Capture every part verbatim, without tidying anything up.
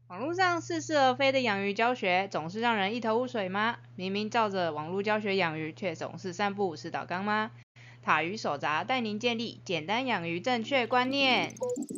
网络上似是而非的养鱼教学，总是让人一头雾水吗？明明照着网络教学养鱼，却总是散布误导纲吗？塔鱼手札带您建立简单养鱼正确观念。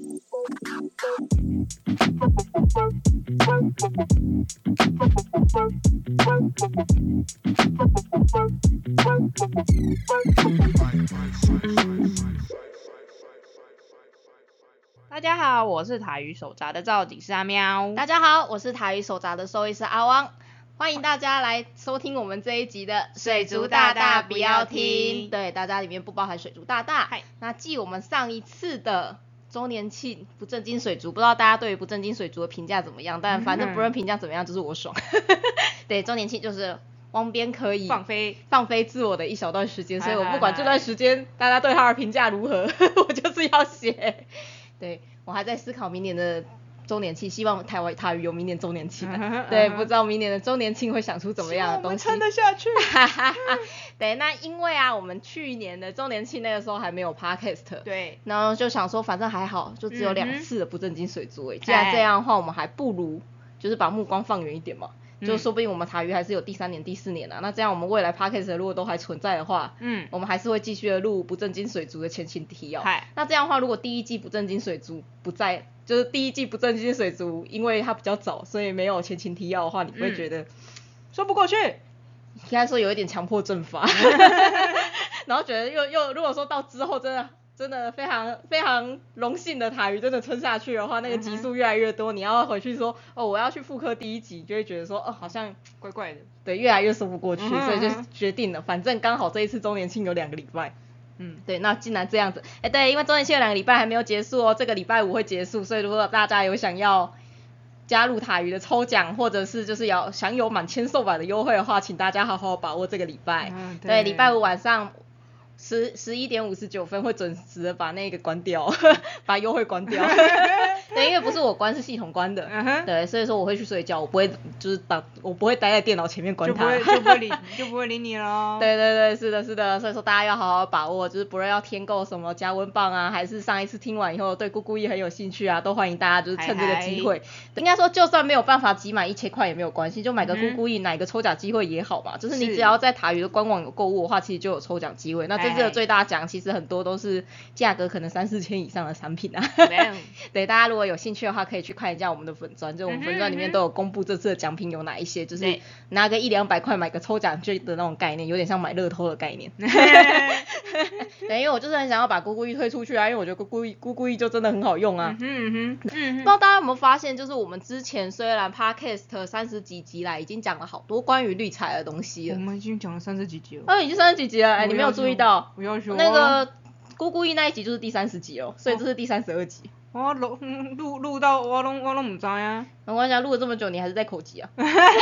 大家好，我是塔鱼手札的造底师阿喵。 大家好，我是塔鱼手札的兽医师阿汪。欢迎大家来收听我们这一集的水族大大不要听。 对，大家里面不包含水族大大。那继我们上一次的周年庆不正经水族，不知道大家对于不正经水族的评价怎么样？但反正不论评价怎么样，就是我爽。对，周年庆就是汪边可以放飞放飞自我的一小段时间，所以我不管这段时间大家对他的评价如何，我就是要写。对，我还在思考明年的周年庆，希望台湾塔鱼有明年周年庆、啊。对，不知道明年的周年庆会想出怎么样的东西。 我们撑得下去。 对，那因为啊，我们去年的周年庆那个时候还没有 podcast， 对， 然后就想说，反正还好，就只有两次的不正经水族诶、嗯。既然这样的话，我们还不如就是把目光放远一点嘛。就说不定我们塔鱼还是有第三年、第四年啊。那这样我们未来 podcast 如果都还存在的话，嗯，我们还是会继续的录不正经水族的前情提要。那这样的话，如果第一季不正经水族不在，就是第一季不正经水族，因为它比较早，所以没有前情提要的话，你会觉得、嗯、 说不过去， 应该说有一点强迫症发，然后觉得又又如果说到之后真的。真的非常非常荣幸的塔鱼真的撑下去的话，那个集数越来越多，嗯、你要回去说哦，我要去复刻第一集，就会觉得说哦，好像怪怪的， 对，越来越说不过去，嗯、所以就决定了，反正刚好这一次周年庆有两个礼拜，嗯，对，那既然这样子，哎，对，因为周年庆有两个礼拜还没有结束哦，这个礼拜五会结束，所以如果大家有想要加入塔鱼的抽奖，或者是就是要享有满千售版的优惠的话，请大家好好把握这个礼拜，嗯、对，礼拜五晚上。十十一点五十九分会准时的把那个关掉，把优惠关掉。对，因为不是我关，是系统关的。Uh-huh. 对，所以说我会去睡觉，我不会就是把我不会待在电脑前面关它。 就不会就不会理就不会理你咯。 对对对，是的是的，所以说大家要好好把握，就是不论要添购什么加温棒啊，还是上一次听完以后对咕咕液很有兴趣啊，都欢迎大家就是趁这个机会。应该说就算没有办法集满一千块也没有关系，就买个咕咕液，哪个抽奖机会也好嘛。就是你只要在塔鱼的官网有购物的话，其实就有抽奖机会。那这次的最大奖其实很多都是价格可能三四千以上的产品啊。对，大家如果有兴趣的话，可以去看一下我们的粉专，就我们粉专里面都有公布这次的奖品有哪一些，就是拿个一两百块买个抽奖券的那种概念，有点像买乐透的概念。对，因为我就是很想要把咕咕液推出去啊，因为我觉得咕咕液咕咕液就真的很好用啊。嗯哼，嗯哼，不知道大家有没有发现，就是我们之前虽然 podcast 三十几集来已经讲了好多关于滤材的东西了。 我们已经讲了三十几集了。 啊，已经三十几集了，哎，你没有注意到？ 不要说。 那个咕咕液那一集就是第三十集哦，所以这是第三十二集。 我录录录到我拢我拢唔知啊。 没关系啊，录了这么久，你还是在口技啊。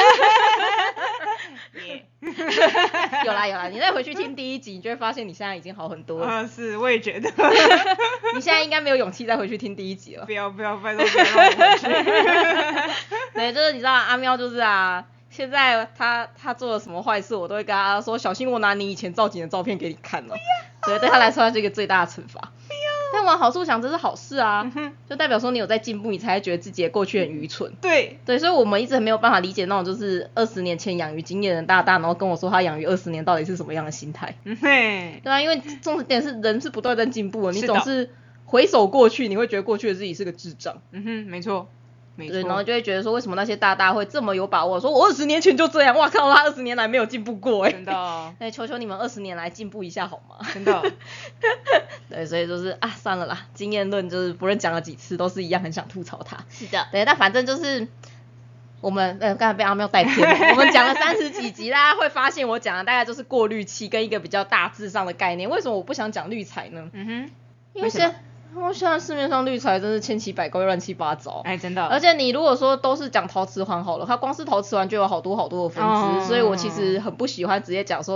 有啦有啦，你再回去听第一集，你就会发现你现在已经好很多了。 啊，是，我也觉得。 你现在应该没有勇气再回去听第一集了。 不要不要，拜托不要让我回去。 对，就是你知道阿喵就是啊，现在他他做了什么坏事，我都会跟他说，小心我拿你以前造景的照片给你看了。所以对他来说，它是一个最大的惩罚。但往好处想，这是好事啊，嗯、就代表说你有在进步，你才会觉得自己的过去很愚蠢。 对对，所以我们一直很没有办法理解那种就是二十年前养鱼经验的大大，然后跟我说他养鱼二十年到底是什么样的心态。嗯嘿，对啊，因为重点是人是不断在进步的，你总是回首过去，你会觉得过去的自己是个智障。 嗯哼，没错。 对，然后就会觉得说，为什么那些大大会这么有把握？说我二十年前就这样，哇靠，他二十年来没有进步过哎。 真的、哦。 对，求求你们二十年来进步一下好吗？ 真的、哦。 对，所以就是啊，算了啦，经验论就是不论讲了几次都是一样，很想吐槽他。 是的。 对，但反正就是我们呃刚才被阿喵带偏了，我们讲了三十几集，大家会发现我讲的大概就是过滤器跟一个比较大致上的概念。为什么我不想讲滤材呢？嗯哼。因为现我现在市面上滤材真是千奇百怪乱七八糟， 哎，真的。 而且你如果说都是讲陶瓷环好了，它光是陶瓷环就有好多好多的分支，哦、所以我其实很不喜欢直接讲说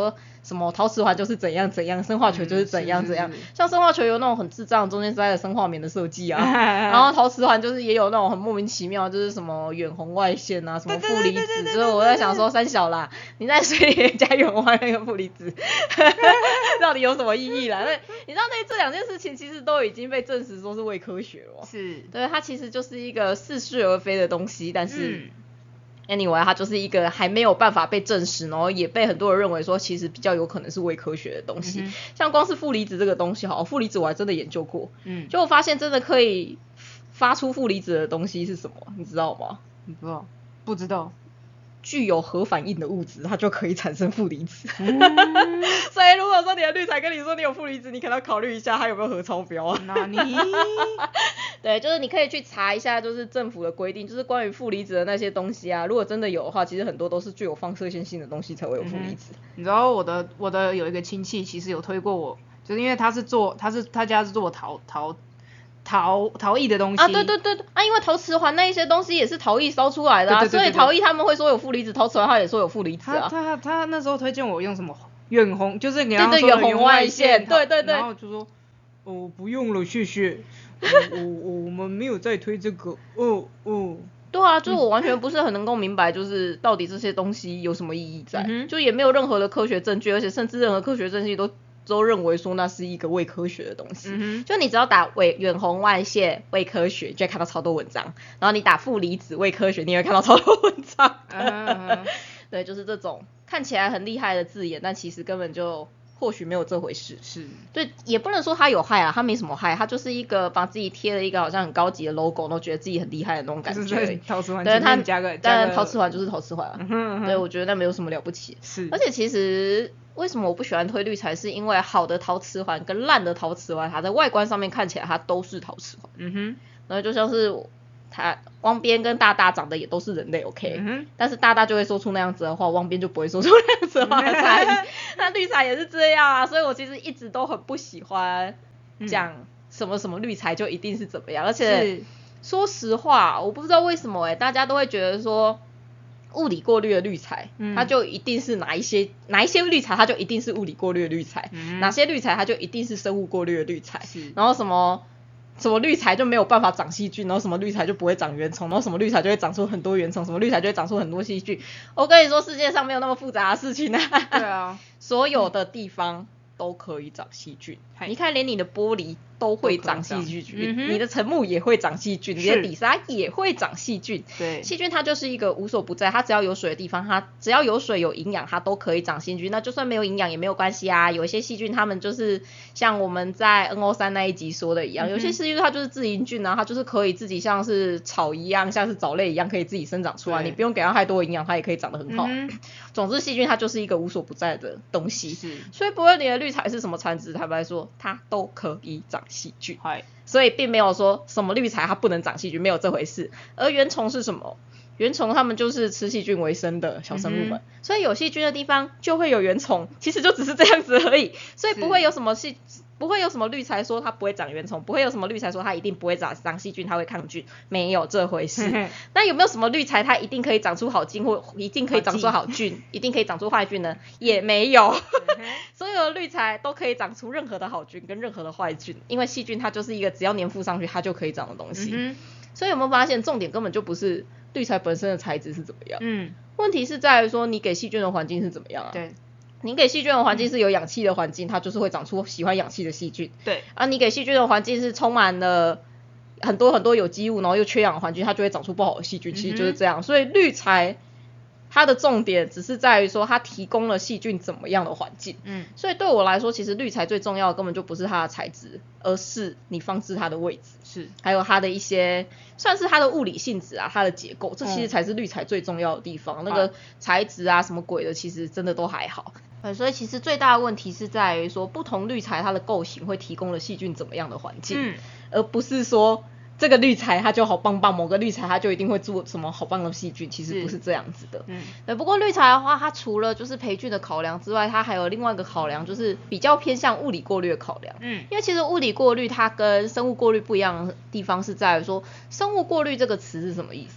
什么陶瓷环就是怎样怎样，生化球就是怎样怎样， 嗯、是是是像生化球有那种很智障中间塞了生化棉的设计啊，然后陶瓷环就是也有那种很莫名其妙，就是什么远红外线啊，什么负离子，就是我在想说三小啦，你在水里加远红外那个负离子，到底有什么意义啦？那你知道那这两件事情其实都已经被证实说是伪科学了， 是， 对，它其实就是一个似是而非的东西，但是。 嗯 Anyway， 它就是一个还没有办法被证实，然后也被很多人认为说其实比较有可能是伪科学的东西。嗯、像光是负离子这个东西，好，负离子我还真的研究过，嗯，就我发现真的可以发出负离子的东西是什么，你知道吗？ 你不知道？不知道。 具有核反应的物质，它就可以产生负离子。嗯、所以如果说你的滤材跟你说你有负离子，你可能要考虑一下它有没有核超标啊。 那你对，就是你可以去查一下，就是政府的规定，就是关于负离子的那些东西啊。如果真的有的话，其实很多都是具有放射线性的东西才会有负离子。 嗯、你知道我的我的有一个亲戚，其实有推过我，就是因为他是做他是他家是做陶陶。陶陶艺的东西啊，对对对啊，因为陶瓷环那一些东西也是陶艺烧出来的啊， 对对对对对， 所以陶艺他们会说有负离子，陶瓷环他也说有负离子啊。 他他他那时候推荐我用什么远红，就是你刚刚说的远红外线，对对对， 然后就说哦不用了，谢谢，我我我们没有再推这个，哦哦。 对啊，就是我完全不是很能够明白，就是到底这些东西有什么意义在，嗯、就也没有任何的科学证据，而且甚至任何科学证据都。都认为说那是一个伪科学的东西，嗯、就你只要打伪远红外线伪科学，就会看到超多文章，然后你打负离子伪科学，你也会看到超多文章。嗯、对，就是这种看起来很厉害的字眼，但其实根本就或许没有这回事。 是， 对，也不能说它有害啊，它没什么害，它就是一个把自己贴了一个好像很高级的 logo， 然后觉得自己很厉害的那种感觉。 就是陶瓷环，对，它加个， 但陶瓷环就是陶瓷环啊。 嗯哼嗯哼， 对，我觉得那没有什么了不起。 是， 而且其实。为什么我不喜欢推滤材？是因为好的陶瓷环跟烂的陶瓷环，它在外观上面看起来它都是陶瓷环。嗯哼，然后就像是它汪边跟大大长得也都是人类 ，OK，、嗯、但是大大就会说出那样子的话，汪边就不会说出那样子的话的差异。那滤材也是这样啊，所以我其实一直都很不喜欢讲什么什么滤材就一定是怎么样，而且说实话，我不知道为什么哎、欸，大家都会觉得说。物理过滤的滤材、嗯、它就一定是哪一些哪一些滤材它就一定是物理过滤的滤材、嗯、哪些滤材它就一定是生物过滤的滤材，然后什么什么滤材就没有办法长细菌，然后什么滤材就不会长原虫，然后什么滤材就会长出很多原虫，什么滤材就会长出很多细菌。我跟你说世界上没有那么复杂的事情啊。 对啊， 所有的地方都可以长细菌、嗯、你看连你的玻璃都会长细菌、嗯、你的层木也会长细菌，你的底沙也会长细菌。 对， 细菌它就是一个无所不在，它只要有水的地方，它只要有水有营养它都可以长细菌，那就算没有营养也没有关系啊。有一些细菌它们就是像我们在 N O 三 那一集说的一样、嗯、有些细菌它就是自营菌啊，它就是可以自己像是草一样像是藻类一样可以自己生长出来，你不用给它太多营养它也可以长得很好、嗯、总之细菌它就是一个无所不在的东西，所以不论你的滤材是什么材质，坦白说它都可以长细菌，所以并没有说什么滤材它不能长细菌，没有这回事。而原虫是什么？原虫它们就是吃细菌为生的小生物们、嗯、所以有细菌的地方就会有原虫，其实就只是这样子而已，所以不会有什么细不会有什么滤材说它不会长原虫，不会有什么滤材说它一定不会长长细菌，它会抗菌，没有这回事。那有没有什么滤材它一定可以长出好菌或一定可以长出好菌一定可以长出坏菌呢？也没有。所有的滤材都可以长出任何的好菌跟任何的坏菌，因为细菌它就是一个只要粘附上去它就可以长的东西、嗯、所以有没有发现重点根本就不是滤材本身的材质是怎么样、嗯、问题是在于说你给细菌的环境是怎么样啊？ 对， 你给细菌的环境是有氧气的环境、嗯、它就是会长出喜欢氧气的细菌。 对啊，你给细菌的环境是充满了很多很多有机物然后又缺氧的环境，它就会长出不好的细菌、嗯、其实就是这样。所以滤材它的重点只是在于说它提供了细菌怎么样的环境。嗯，所以对我来说其实滤材最重要的根本就不是它的材质，而是你放置它的位置， 是还有它的一些算是它的物理性质啊，它的结构，这其实才是滤材最重要的地方、嗯、那个材质啊什么鬼的其实真的都还好。对，所以其实最大的问题是在于说不同滤材它的构型会提供了细菌怎么样的环境、嗯、而不是说这个滤材它就好棒棒，某个滤材它就一定会做什么好棒的细菌，其实不是这样子的。嗯，对，不过滤材的话它除了就是培菌的考量之外，它还有另外一个考量，就是比较偏向物理过滤的考量。嗯，因为其实物理过滤它跟生物过滤不一样的地方是在于说生物过滤这个词是什么意思？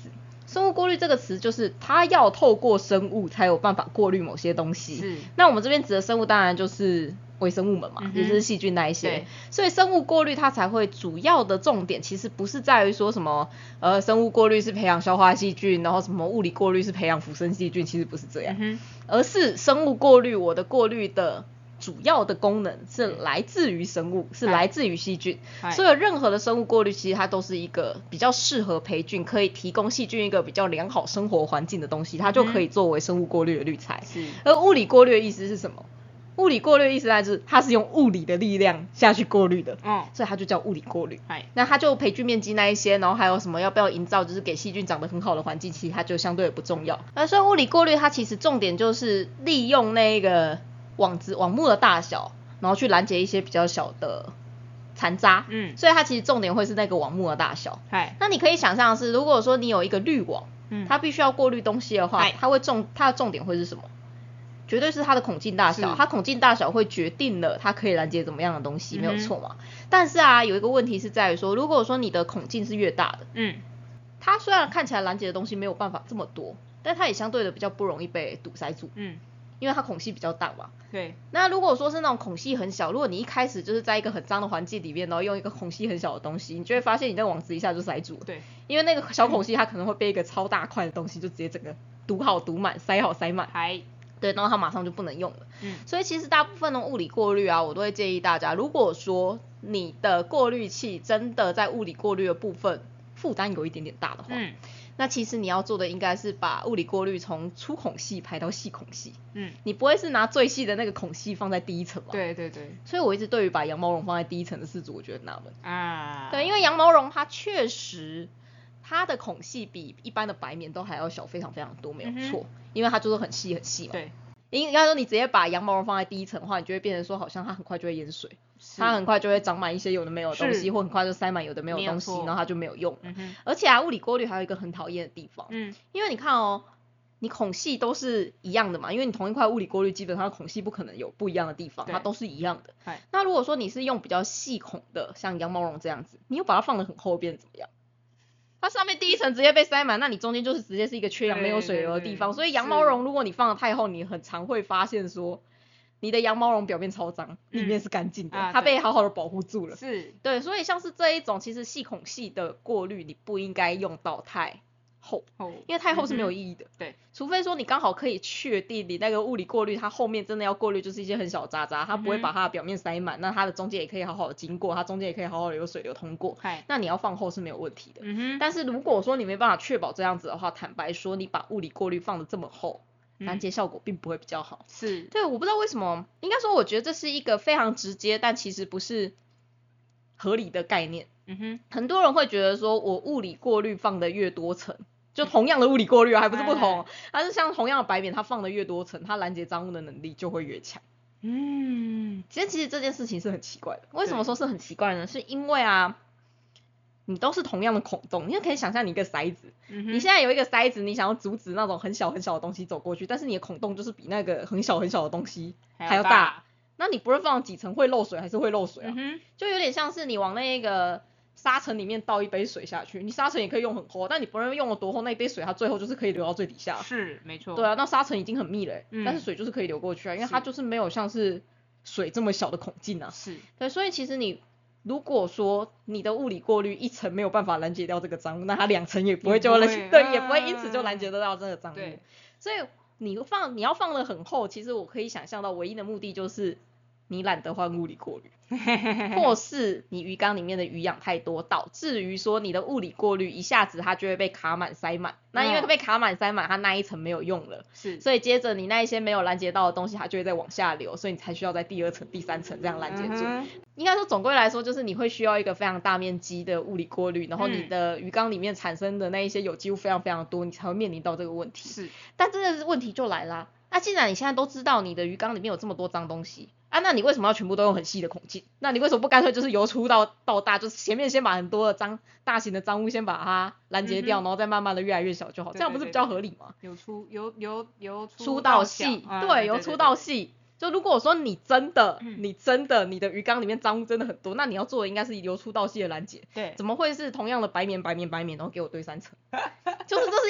生物过滤这个词就是它要透过生物才有办法过滤某些东西。 是。 那我们这边指的生物当然就是微生物们嘛，嗯、也就是细菌那一些。所以生物过滤它才会主要的重点其实不是在于说什么呃生物过滤是培养消化细菌，然后什么物理过滤是培养腐生细菌，其实不是这样，嗯、而是生物过滤我的过滤的主要的功能是来自于生物，是来自于细菌，所以任何的生物过滤其实它都是一个比较适合培菌，可以提供细菌一个比较良好生活环境的东西，它就可以作为生物过滤的滤材。嗯、而物理过滤的意思是什么？物理过滤的意思就是它是用物理的力量下去过滤的，嗯，所以它就叫物理过滤。那它就培菌面积那一些，然后还有什么要不要营造就是给细菌长得很好的环境，其实它就相对不重要。那所以物理过滤它其实重点就是利用那个网子网目的大小，然后去拦截一些比较小的残渣，嗯，所以它其实重点会是那个网目的大小。那你可以想象的是，如果说你有一个滤网，嗯，它必须要过滤东西的话，它会重它的重点会是什么？绝对是它的孔径大小，它孔径大小会决定了它可以拦截怎么样的东西，嗯、没有错嘛。但是啊，有一个问题是在于说，如果说你的孔径是越大的，嗯，它虽然看起来拦截的东西没有办法这么多，但它也相对的比较不容易被堵塞住，嗯，因为它孔隙比较大嘛。对。那如果说是那种孔隙很小，如果你一开始就是在一个很脏的环境里面，然后用一个孔隙很小的东西，你就会发现你的网子一下就塞住了。对。因为那个小孔隙它可能会被一个超大块的东西就直接整个堵好堵满，塞好塞满。还。对，然后它马上就不能用了。嗯，所以其实大部分的物理过滤啊，我都会建议大家，如果说你的过滤器真的在物理过滤的部分负担有一点点大的话，嗯，那其实你要做的应该是把物理过滤从粗孔隙排到细孔隙。嗯，你不会是拿最细的那个孔隙放在第一层吗？对对对。所以我一直对于把羊毛绒放在第一层的事主，我觉得纳闷啊。对，因为羊毛绒它确实。它的孔隙比一般的白棉都还要小非常非常多，没有错，嗯、因为它就是很细很细嘛。对。应该说你直接把羊毛绒放在第一层的话，你就会变成说好像它很快就会淹水，它很快就会长满一些有的没有的东西，或很快就塞满有的没有的东西，然后它就没有用了。嗯、而且啊，物理过滤还有一个很讨厌的地方，嗯，因为你看哦，你孔隙都是一样的嘛，因为你同一块物理过滤基本上孔隙不可能有不一样的地方，它都是一样的。那如果说你是用比较细孔的，像羊毛绒这样子，你又把它放得很厚，变怎么样？它上面第一层直接被塞满，那你中间就是直接是一个缺氧没有水流的地方。所以羊毛绒如果你放的太厚，你很常会发现说，你的羊毛绒表面超脏，里面是干净的，嗯、它被好好的保护住了。是，对，所以像是这一种其实细孔隙的过滤，你不应该用到太厚，因为太厚是没有意义的。嗯、对，除非说你刚好可以确定你那个物理过滤，它后面真的要过滤就是一些很小的渣渣，它不会把它的表面塞满，嗯、那它的中间也可以好好的经过，它中间也可以好好的有水流通过。那你要放厚是没有问题的。嗯、但是如果说你没办法确保这样子的话，坦白说，你把物理过滤放的这么厚，拦截效果并不会比较好。是，对，我不知道为什么，应该说我觉得这是一个非常直接，但其实不是合理的概念。嗯哼，很多人会觉得说我物理过滤放的越多层。就同样的物理过滤还不是不同，它是像同样的白棉，它放的越多层，它拦截脏污的能力就会越强。嗯，其实其实这件事情是很奇怪的。为什么说是很奇怪呢？是因为啊，你都是同样的孔洞，你就可以想象你一个筛子，嗯、你现在有一个筛子，你想要阻止那种很小很小的东西走过去，但是你的孔洞就是比那个很小很小的东西还要大，大那你不论放几层会漏水还是会漏水啊？嗯、就有点像是你往那个。沙层里面倒一杯水下去，你沙层也可以用很厚，但你不论用了多厚，那一杯水它最后就是可以流到最底下。是，没错。对啊，那沙层已经很密了、嗯，但是水就是可以流过去啊，因为它就是没有像是水这么小的孔径啊。是。对，所以其实你如果说你的物理过滤一层没有办法拦截掉这个脏污，那它两层也不会就拦截，对，也不会因此就拦截得到这个脏污。对。所以你放你要放得很厚，其实我可以想象到唯一的目的就是你懒得换物理过滤。或是你鱼缸里面的鱼养太多，导致于说你的物理过滤一下子它就会被卡满塞满，那因为它被卡满塞满，它那一层没有用了，是，所以接着你那一些没有拦截到的东西它就会再往下流，所以你才需要在第二层第三层这样拦截住、嗯、应该说总归来说就是你会需要一个非常大面积的物理过滤，然后你的鱼缸里面产生的那一些有机物非常非常多，你才会面临到这个问题。是，但这个问题就来啦，那既然你现在都知道你的鱼缸里面有这么多脏东西啊，那你为什么要全部都用很细的孔径？那你为什么不干脆就是由粗到到大，就是前面先把很多的脏大型的脏污先把它拦截掉、嗯、然后再慢慢的越来越小就好，这样不是比较合理吗？由粗由由由粗到细、嗯、对，由粗到细。就如果说你真的、嗯、你真的你的鱼缸里面脏污真的很多，那你要做的应该是由粗到细的拦截。对，怎么会是同样的白棉白棉白棉然后给我堆三层？就是这是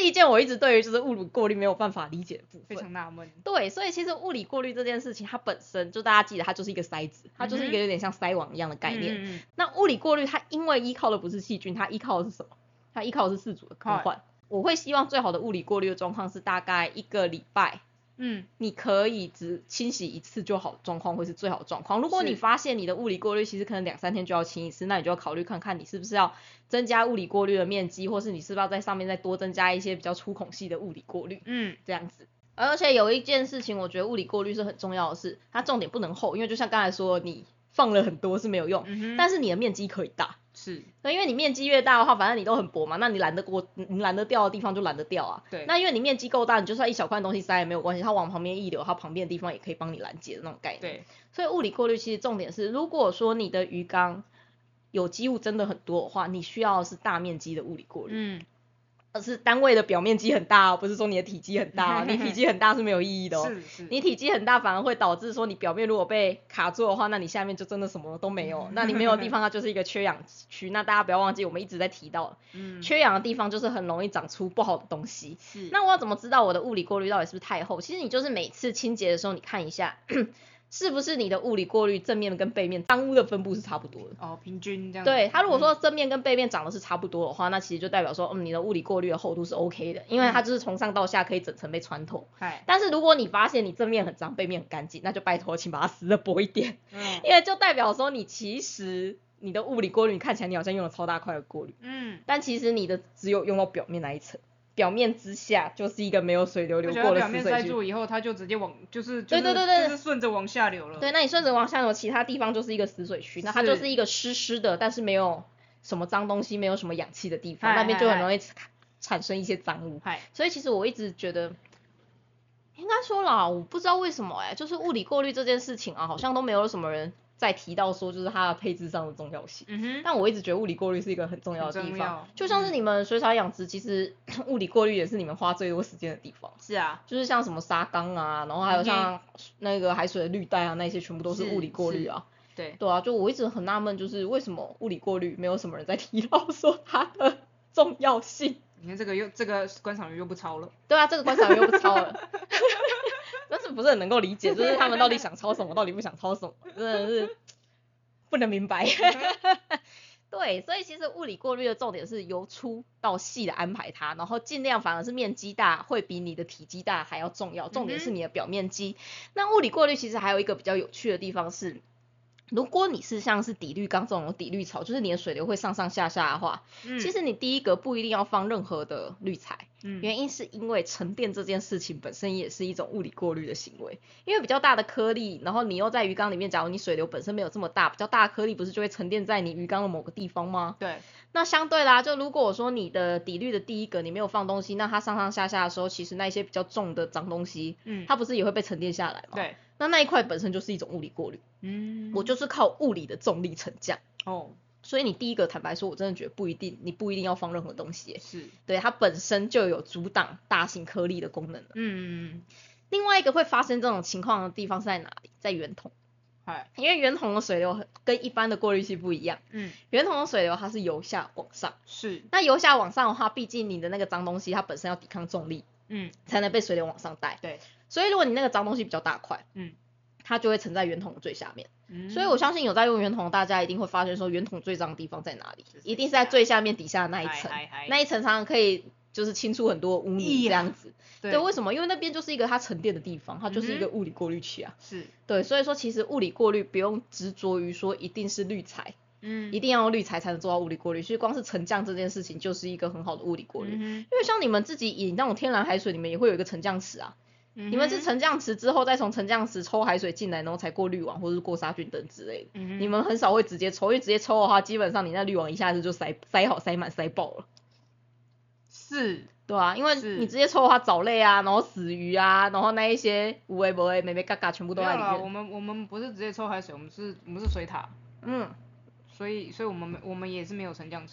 一件我一直对于就是物理过滤没有办法理解的部分， 非常纳闷。 对，所以其实物理过滤这件事情，它本身就大家记得，它就是一个筛子，它就是一个有点像筛网一样的概念。嗯嗯那物理过滤它因为依靠的不是细菌，它依靠的是什么？它依靠的是饲主的更换。我会希望最好的物理过滤的状况是大概一个礼拜。嗯，你可以只清洗一次就好的状况会是最好的状况。如果你发现你的物理过滤其实可能两三天就要清一次，那你就要考虑看看你是不是要增加物理过滤的面积，或是你是不是要在上面再多增加一些比较粗孔系的物理过滤。嗯，这样子。而且有一件事情我觉得物理过滤是很重要的是，它重点不能厚，因为就像刚才说你放了很多是没有用，嗯、但是你的面积可以大。是，那因为你面积越大的话，反正你都很薄嘛，那你懒得过，你懒得掉的地方就懒得掉啊。对。那因为你面积够大，你就算一小块东西塞也没有关系，它往旁边一流，它旁边的地方也可以帮你拦截的那种概念。对。所以物理过滤其实重点是，如果说你的鱼缸有机物真的很多的话，你需要的是大面积的物理过滤。嗯。而是单位的表面积很大、哦，不是说你的体积很大、哦，你体积很大是没有意义的哦。是是。你体积很大反而会导致说你表面如果被卡住的话，那你下面就真的什么都没有。那你没有的地方它就是一个缺氧区。那大家不要忘记我们一直在提到，嗯，缺氧的地方就是很容易长出不好的东西。是。那我要怎么知道我的物理过滤到底是不是太厚？其实你就是每次清洁的时候你看一下。是不是你的物理过滤正面跟背面脏污的分布是差不多的？哦，平均这样。对，它如果说正面跟背面长得是差不多的话，嗯、那其实就代表说，嗯，你的物理过滤的厚度是 OK 的，因为它就是从上到下可以整层被穿透。嗯、但是如果你发现你正面很脏，背面很干净，那就拜托请把它撕的薄一点，嗯、因为就代表说你其实你的物理过滤，你看起来你好像用了超大块的过滤，嗯，但其实你的只有用到表面那一层。表面之下就是一个没有水流流过的死水区。表面塞住以后，它就直接往就是就是对对对对就是顺着往下流了。对，那你顺着往下流，其他地方就是一个死水区，那它就是一个湿湿的，但是没有什么脏东西，没有什么氧气的地方，那边就很容易产生一些脏污。所以其实我一直觉得，应该说啦，我不知道为什么哎、欸，就是物理过滤这件事情啊，好像都没有什么人。在提到说就是它的配置上的重要性，嗯哼，但我一直觉得物理过滤是一个很重要的地方，就像是你们水草养殖，其实物理过滤也是你们花最多时间的地方。是啊，就是像什么沙缸啊，然后还有像那个海水的滤袋啊，那些全部都是物理过滤啊。对对啊，就我一直很纳闷，就是为什么物理过滤没有什么人在提到说它的重要性。你看这个又这个观赏鱼又不抄了。对啊，这个观赏鱼又不抄了。但是不是很能够理解，就是他们到底想抄什么，到底不想抄什么，真的是不能明白。对，所以其实物理过滤的重点是由粗到细的安排它，然后尽量反而是面积大会比你的体积大还要重要，重点是你的表面积。嗯、那物理过滤其实还有一个比较有趣的地方是。如果你是像是底滤缸这种底滤槽，就是你的水流会上上下下的话，嗯、其实你第一个不一定要放任何的滤材，嗯、原因是因为沉淀这件事情本身也是一种物理过滤的行为，因为比较大的颗粒，然后你又在鱼缸里面，假如你水流本身没有这么大，比较大的颗粒不是就会沉淀在你鱼缸的某个地方吗？对。那相对啦，就如果我说你的底滤的第一个你没有放东西，那它上上下下的时候，其实那些比较重的脏东西，嗯，它不是也会被沉淀下来吗？对。那那一块本身就是一种物理过滤，嗯，我就是靠物理的重力沉降。哦。所以你第一个坦白说，我真的觉得不一定，你不一定要放任何东西。是。对，它本身就有阻挡大型颗粒的功能了。嗯。另外一个会发生这种情况的地方是在哪里？在圆筒。因为圆筒的水流跟一般的过滤器不一样，嗯，圆筒的水流它是由下往上，是，那由下往上的话，毕竟你的那个脏东西它本身要抵抗重力，嗯，才能被水流往上带，对，所以如果你那个脏东西比较大块，嗯，它就会沉在圆筒的最下面，嗯，所以我相信有在用圆筒，大家一定会发现说圆筒最脏的地方在哪里，一定是在最下面底下的那一层，那一层常常可以就是清出很多污泥这样子。对, 对，为什么？因为那边就是一个它沉淀的地方，它就是一个物理过滤器啊。是、嗯。对，所以说其实物理过滤不用执着于说一定是滤材，嗯，一定要用滤材才能做到物理过滤，所以光是沉降这件事情就是一个很好的物理过滤。嗯、因为像你们自己饮那种天然海水，你们也会有一个沉降池啊。嗯、你们是沉降池之后再从沉降池抽海水进来，然后才过滤网或者是过杀菌灯之类的。嗯、你们很少会直接抽，因为直接抽的话，基本上你那滤网一下子就塞塞好、塞满、塞爆了。是。对啊，因为你直接抽的话，藻类啊，然后死鱼啊，然后那一些无为不为、美美嘎嘎全部都在里面。没有啦，我们我们不是直接抽海水，我们是我们是水塔。嗯。所以所以我们我们也是没有沉降池。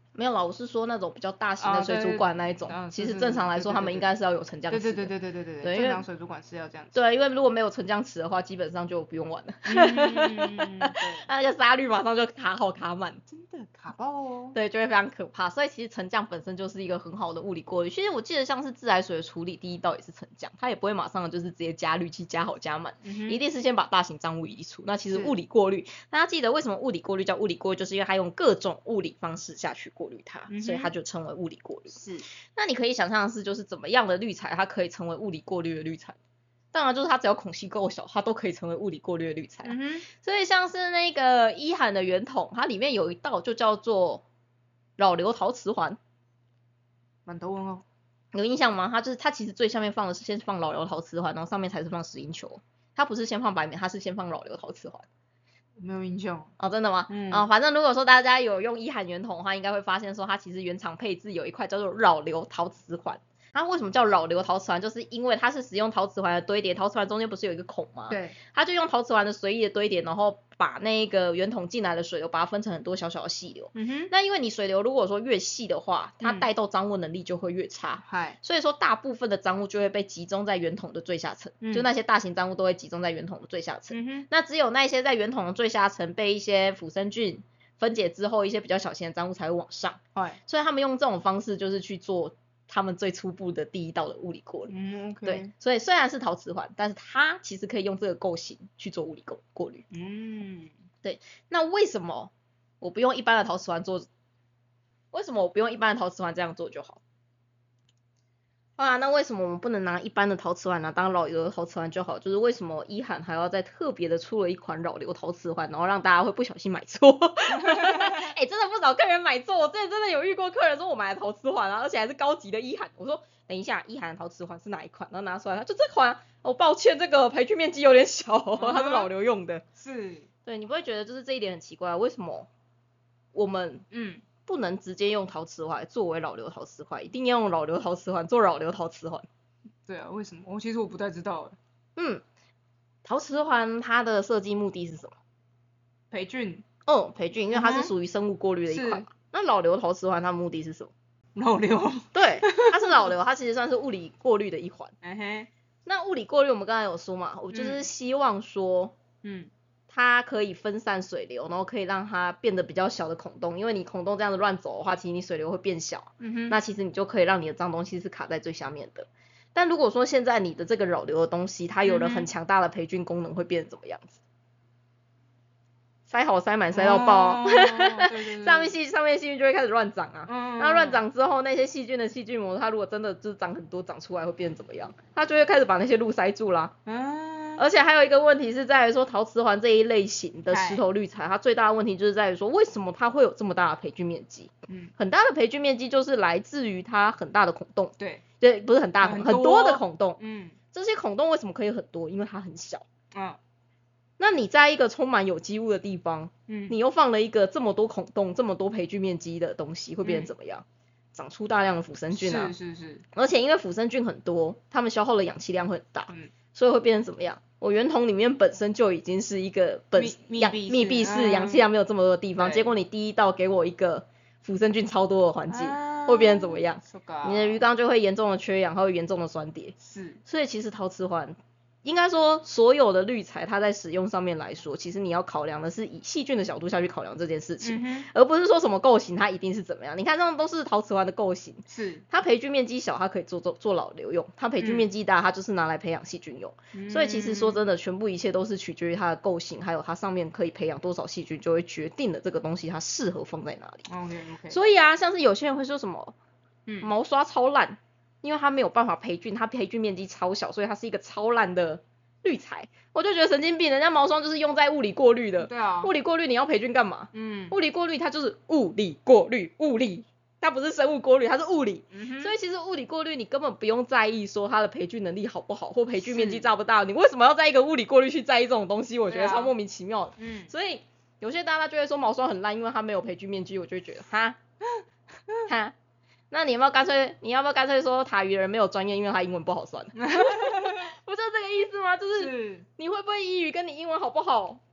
没有啦，我是说那种比较大型的水族馆那一种，哦、其实正常来说他们应该是要有沉降池的。 对对对对对对对，正常水族馆是要这样子。 对，因为如果没有沉降池的话，基本上就不用玩了。 嗯， 那个沙律马上就卡好卡满， 真的卡爆哦。 对，就会非常可怕。所以其实沉降本身就是一个很好的物理过滤。其实我记得像是自来水的处理，第一道也是沉降，它也不会马上就是直接加氯气加好加满、嗯，一定是先把大型脏物移除。那其实物理过滤，大家记得为什么物理过滤叫物理过滤，就是因为它用各种物理方式下去过滤它，嗯、所以它就称为物理过滤。 是。 那你可以想象的是，就是怎么样的滤材它可以成为物理过滤的滤材？当然就是它只要孔隙够小，它都可以成为物理过滤的滤材、啊嗯。所以像是那个伊罕的圆筒，它里面有一道就叫做扰流陶瓷环。 满头问号。 有印象吗？它就是它其实最下面放的是先放扰流陶瓷环，然后上面才是放石英球。它不是先放白棉，它是先放扰流陶瓷环。 没有印象哦，真的吗？嗯啊、哦，反正如果说大家有用伊罕圆筒的话，应该会发现说它其实原厂配置有一块叫做扰流陶瓷环。它为什么叫扰流陶瓷环？就是因为它是使用陶瓷环的堆叠，陶瓷环中间不是有一个孔吗？ 对， 它就用陶瓷环的随意的堆叠，然后把那个圆筒进来的水流把它分成很多小小的细流。嗯哼。那因为你水流如果说越细的话，它带动脏物能力就会越差。 嗯、 所以说大部分的脏物就会被集中在圆筒的最下层、嗯，就那些大型脏物都会集中在圆筒的最下层。嗯哼。那只有那些在圆筒的最下层被一些腐生菌分解之后，一些比较小型的脏物才会往上。所以他们用这种方式就是去做他们最初步的第一道的物理过滤。 嗯 ，OK。 对，所以虽然是陶瓷环，但是它其实可以用这个构型去做物理过过滤。嗯，对。那为什么我不用一般的陶瓷环做？为什么我不用一般的陶瓷环这样做就好？啊，那为什么我们不能拿一般的陶瓷环呢？当扰流的陶瓷环就好？就是为什么伊罕还要再特别的出了一款扰流陶瓷环，然后让大家会不小心买错？哎、欸，真的不少客人买错，我之前真的有遇过客人说我买了陶瓷环啊，而且还是高级的伊罕。我说等一下，伊罕的陶瓷环是哪一款？然后拿出来，他就这款。哦，抱歉，这个培菌面积有点小，它是扰流用的。 是。 对，你不会觉得就是这一点很奇怪？为什么我们嗯？不能直接用陶瓷环作为扰流陶瓷环，一定要用扰流陶瓷环做扰流陶瓷环。 对啊，为什么？我其实我不太知道。 嗯，陶瓷环它的设计目的是什么？ 培菌。 哦，培菌，因为它是属于生物过滤的一款。那扰流陶瓷环它的目的是什么？ 扰流。 对，它是扰流，它其实算是物理过滤的一环。嗯哼。那物理过滤我们刚才有说嘛，我就是希望说，嗯。它可以分散水流，然后可以让它变得比较小的孔洞，因为你孔洞这样子乱走的话，其实你水流会变小。嗯哼。那其实你就可以让你的脏东西是卡在最下面的。但如果说现在你的这个扰流的东西，它有了很强大的培菌功能，会变成怎么样子？塞好塞满塞到爆，哦、对对对上面细上面细菌就会开始乱长啊。嗯。那乱长之后，那些细菌的细菌膜，它如果真的就是长很多长出来，会变成怎么样？它就会开始把那些路塞住啦。嗯。而且还有一个问题是在于说，陶瓷环这一类型的石头滤材，它最大的问题就是在于说，为什么它会有这么大的培菌面积？嗯，很大的培菌面积就是来自于它很大的孔洞。对，对，不是很大的孔，很多的孔洞。嗯，这些孔洞为什么可以很多？因为它很小。嗯，那你在一个充满有机物的地方，嗯，你又放了一个这么多孔洞、这么多培菌面积的东西，会变成怎么样？嗯、长出大量的腐生菌啊。 是是是。 而且因为腐生菌很多，它们消耗的氧气量会很大。嗯。所以会变成怎么样？我圆筒里面本身就已经是一个本密闭密闭式氧气量没有这么多的地方，结果你第一道给我一个腐生菌超多的环境，啊、会变成怎么样？你的鱼缸就会严重的缺氧，它会严重的酸跌。是。所以其实陶瓷环，应该说所有的滤材，它在使用上面来说，其实你要考量的是以细菌的角度下去考量这件事情，嗯、而不是说什么构型它一定是怎么样。你看这样都是陶瓷环的构型，是它培菌面积小，它可以做做做老流用；它培菌面积大，它就是拿来培养细菌用。嗯、所以其实说真的，全部一切都是取决于它的构型，还有它上面可以培养多少细菌，就会决定了这个东西它适合放在哪里。 OK OK。 所以啊，像是有些人会说什么，嗯，毛刷超烂。因为它没有办法培菌，它培菌面积超小，所以它是一个超烂的滤材。我就觉得神经病，人家毛霜就是用在物理过滤的。 对啊。 物理过滤你要培菌干嘛？嗯。物理过滤它就是物理过滤，物理，它不是生物过滤，它是物理。嗯、所以其实物理过滤你根本不用在意说它的培菌能力好不好，或培菌面积大不大。你为什么要在一个物理过滤去在意这种东西？我觉得超莫名其妙的。嗯。所以有些大家就会说毛霜很烂，因为它没有培菌面积，我就会觉得哈哈。那你要不要干脆，你要不要干脆说塔鱼的人没有专业，因为他英文不好算？不就这个意思吗？就是你会不会英语跟你英文好不好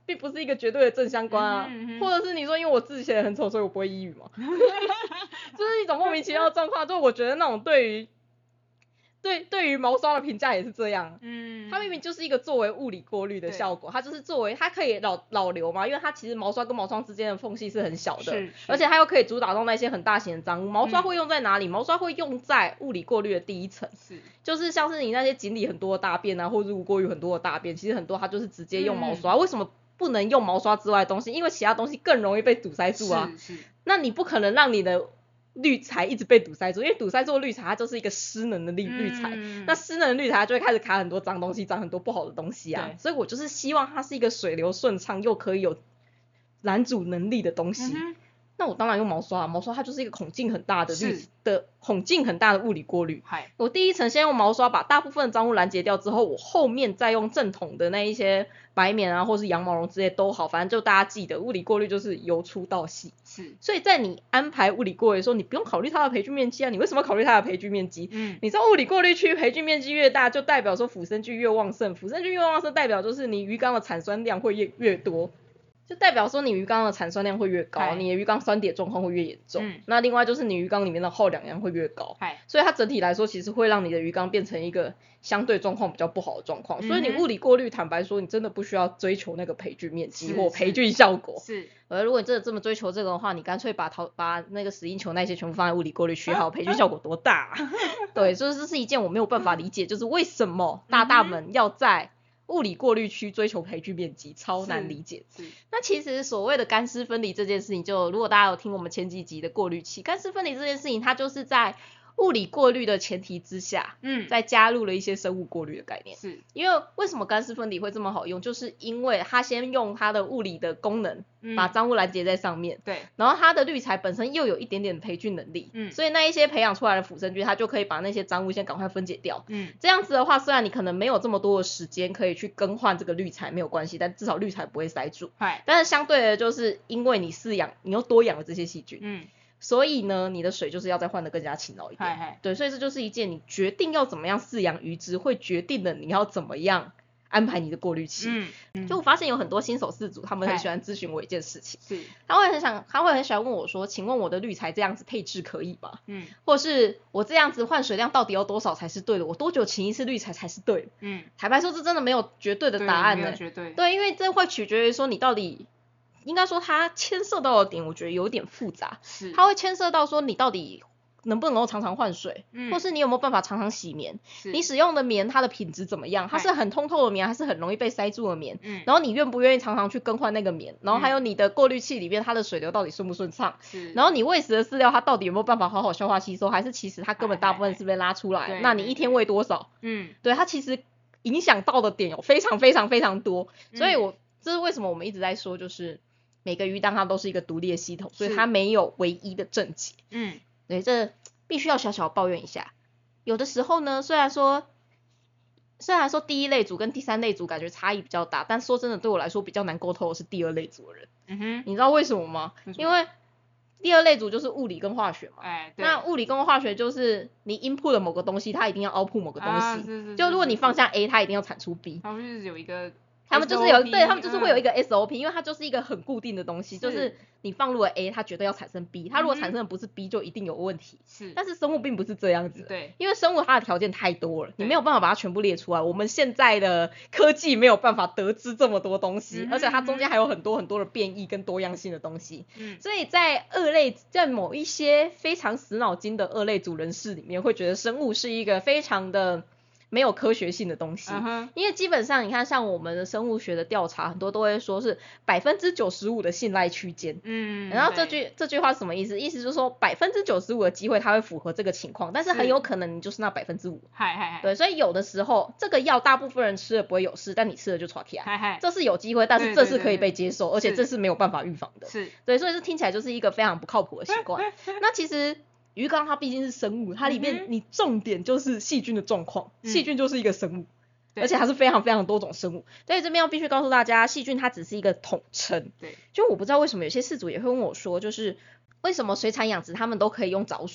并不是一个绝对的正相关啊。 嗯哼嗯哼， 或者是你说因为我字写得很丑，所以我不会抑郁嘛？就是一种莫名其妙的状况。就我觉得那种对于对对于毛刷的评价也是这样，嗯，它明明就是一个作为物理过滤的效果，它就是作为它可以老老留嘛，因为它其实毛刷跟毛刷之间的缝隙是很小的，是是，而且它又可以阻挡到那些很大型的脏污。毛刷会用在哪里？嗯、毛刷会用在物理过滤的第一层，是，就是像是你那些井里很多的大便啊，或者物过滤很多的大便，其实很多它就是直接用毛刷。嗯、为什么不能用毛刷之外的东西？因为其他东西更容易被堵塞住啊。是是，那你不可能让你的滤材一直被堵塞住，因为堵塞住的滤材它就是一个失能的滤滤材，嗯、那失能的滤材它就会开始卡很多脏东西，长很多不好的东西啊。所以我就是希望它是一个水流顺畅又可以有拦阻能力的东西。嗯、那我当然用毛刷，毛刷它就是一个孔径很大的滤的孔径很大的物理过滤。我第一层先用毛刷把大部分的脏污拦截掉之后，我后面再用正统的那一些白棉啊，或是羊毛绒之类都好，反正就大家记得物理过滤就是由粗到细。是，所以在你安排物理过滤的时候，你不用考虑它的培菌面积啊。你为什么要考虑它的培菌面积？嗯，你知道物理过滤区培菌面积越大，就代表说腐生菌越旺盛，腐生菌越旺盛代表就是你鱼缸的产酸量会越越多。就代表说你鱼缸的产酸量会越高，你的鱼缸酸碱状况会越严重。嗯、那另外就是你鱼缸里面的耗氧量会越高，所以它整体来说其实会让你的鱼缸变成一个相对状况比较不好的状况。嗯、所以你物理过滤，坦白说，你真的不需要追求那个培菌面积或培菌效果。是。而如果你真的这么追求这个的话，你干脆把陶把那个死因球那些全部放在物理过滤区，好，培菌效果多大、啊？对，所以这是一件我没有办法理解，就是为什么大大们要在物理过滤区追求培菌面积，超难理解。那其实所谓的干湿分离这件事情，就如果大家有听我们前几集的过滤器，干湿分离这件事情，它就是在物理过滤的前提之下，嗯，再加入了一些生物过滤的概念。是，因为为什么干湿分离会这么好用，就是因为它先用它的物理的功能，嗯、把脏污拦截在上面，对，然后它的滤材本身又有一点点培菌能力，嗯，所以那一些培养出来的腐生菌，它就可以把那些脏污先赶快分解掉，嗯，这样子的话，虽然你可能没有这么多的时间可以去更换这个滤材，没有关系，但至少滤材不会塞住，但是相对的，就是因为你饲养，你又多养了这些细菌，嗯。所以呢，你的水就是要再换得更加勤劳一点。嘿嘿对，所以这就是一件你决定要怎么样饲养鱼只，会决定了你要怎么样安排你的过滤器。嗯嗯、就我发现有很多新手饲主，他们很喜欢咨询我一件事情，是他会很想，他会很喜欢问我说，请问我的滤材这样子配置可以吗？嗯，或是我这样子换水量到底要多少才是对的？我多久请一次滤材才是对的？嗯，坦白说，这真的没有绝对的答案呢。绝对。对，因为这会取决于说你到底。应该说它牵涉到的点我觉得有点复杂，是它会牵涉到说你到底能不能够常常换水，嗯、或是你有没有办法常常洗棉，你使用的棉它的品质怎么样，它是很通透的棉还是很容易被塞住的棉，嗯、然后你愿不愿意常常去更换那个棉，然后还有你的过滤器里面它的水流到底顺不顺畅，是然后你喂食的饲料它到底有没有办法好好消化吸收，还是其实它根本大部分是被拉出来，那你一天喂多少，嗯，对，它其实影响到的点有非常非常非常多，所以我这是为什么我们一直在说就是每个鱼缸它都是一个独立的系统，所以它没有唯一的正解。嗯，对，这必须要小小抱怨一下。有的时候呢，虽然说虽然说第一类组跟第三类组感觉差异比较大，但说真的对我来说比较难沟通的是第二类组的人。嗯哼，你知道为什么吗？为什么？因为第二类组就是物理跟化学嘛，哎，对，那物理跟化学就是你 input 了某个东西，它一定要 output 某个东西。啊、是是是就如果你放下 A， 它一定要产出 B。它就是有一个。他们就是有，对他们就是会有一个 S O P，、嗯、因为它就是一个很固定的东西，就是你放入了 A， 它绝对要产生 B， 它如果产生的不是 B， 就一定有问题。是，但是生物并不是这样子，对，因为生物它的条件太多了，你没有办法把它全部列出来。我们现在的科技没有办法得知这么多东西，嗯、而且它中间还有很多很多的变异跟多样性的东西。嗯，所以在二类，在某一些非常死脑筋的二类组人士里面，会觉得生物是一个非常的。没有科学性的东西， uh-huh. 因为基本上你看像我们的生物学的调查，很多都会说是百分之九十五的信赖区间，嗯，然后这句这句话是什么意思？意思就是说百分之九十五的机会它会符合这个情况，但是很有可能你就是那百分之五，嗨嗨，对，所以有的时候这个药大部分人吃了不会有事，但你吃了就喘起来，嗨嗨，这是有机会，但是这是可以被接受，而且这是没有办法预防的，是，对，所以这听起来就是一个非常不靠谱的习惯。那其实。鱼缸它毕竟是生物，它里面你重点就是细菌的状况，细菌就是一个生物，而且它是非常非常多种生物。所以这边要必须告诉大家，细菌它只是一个统称。对，就我不知道为什么有些饲主也会问我说，就是为什么水产养殖他们都可以用藻水，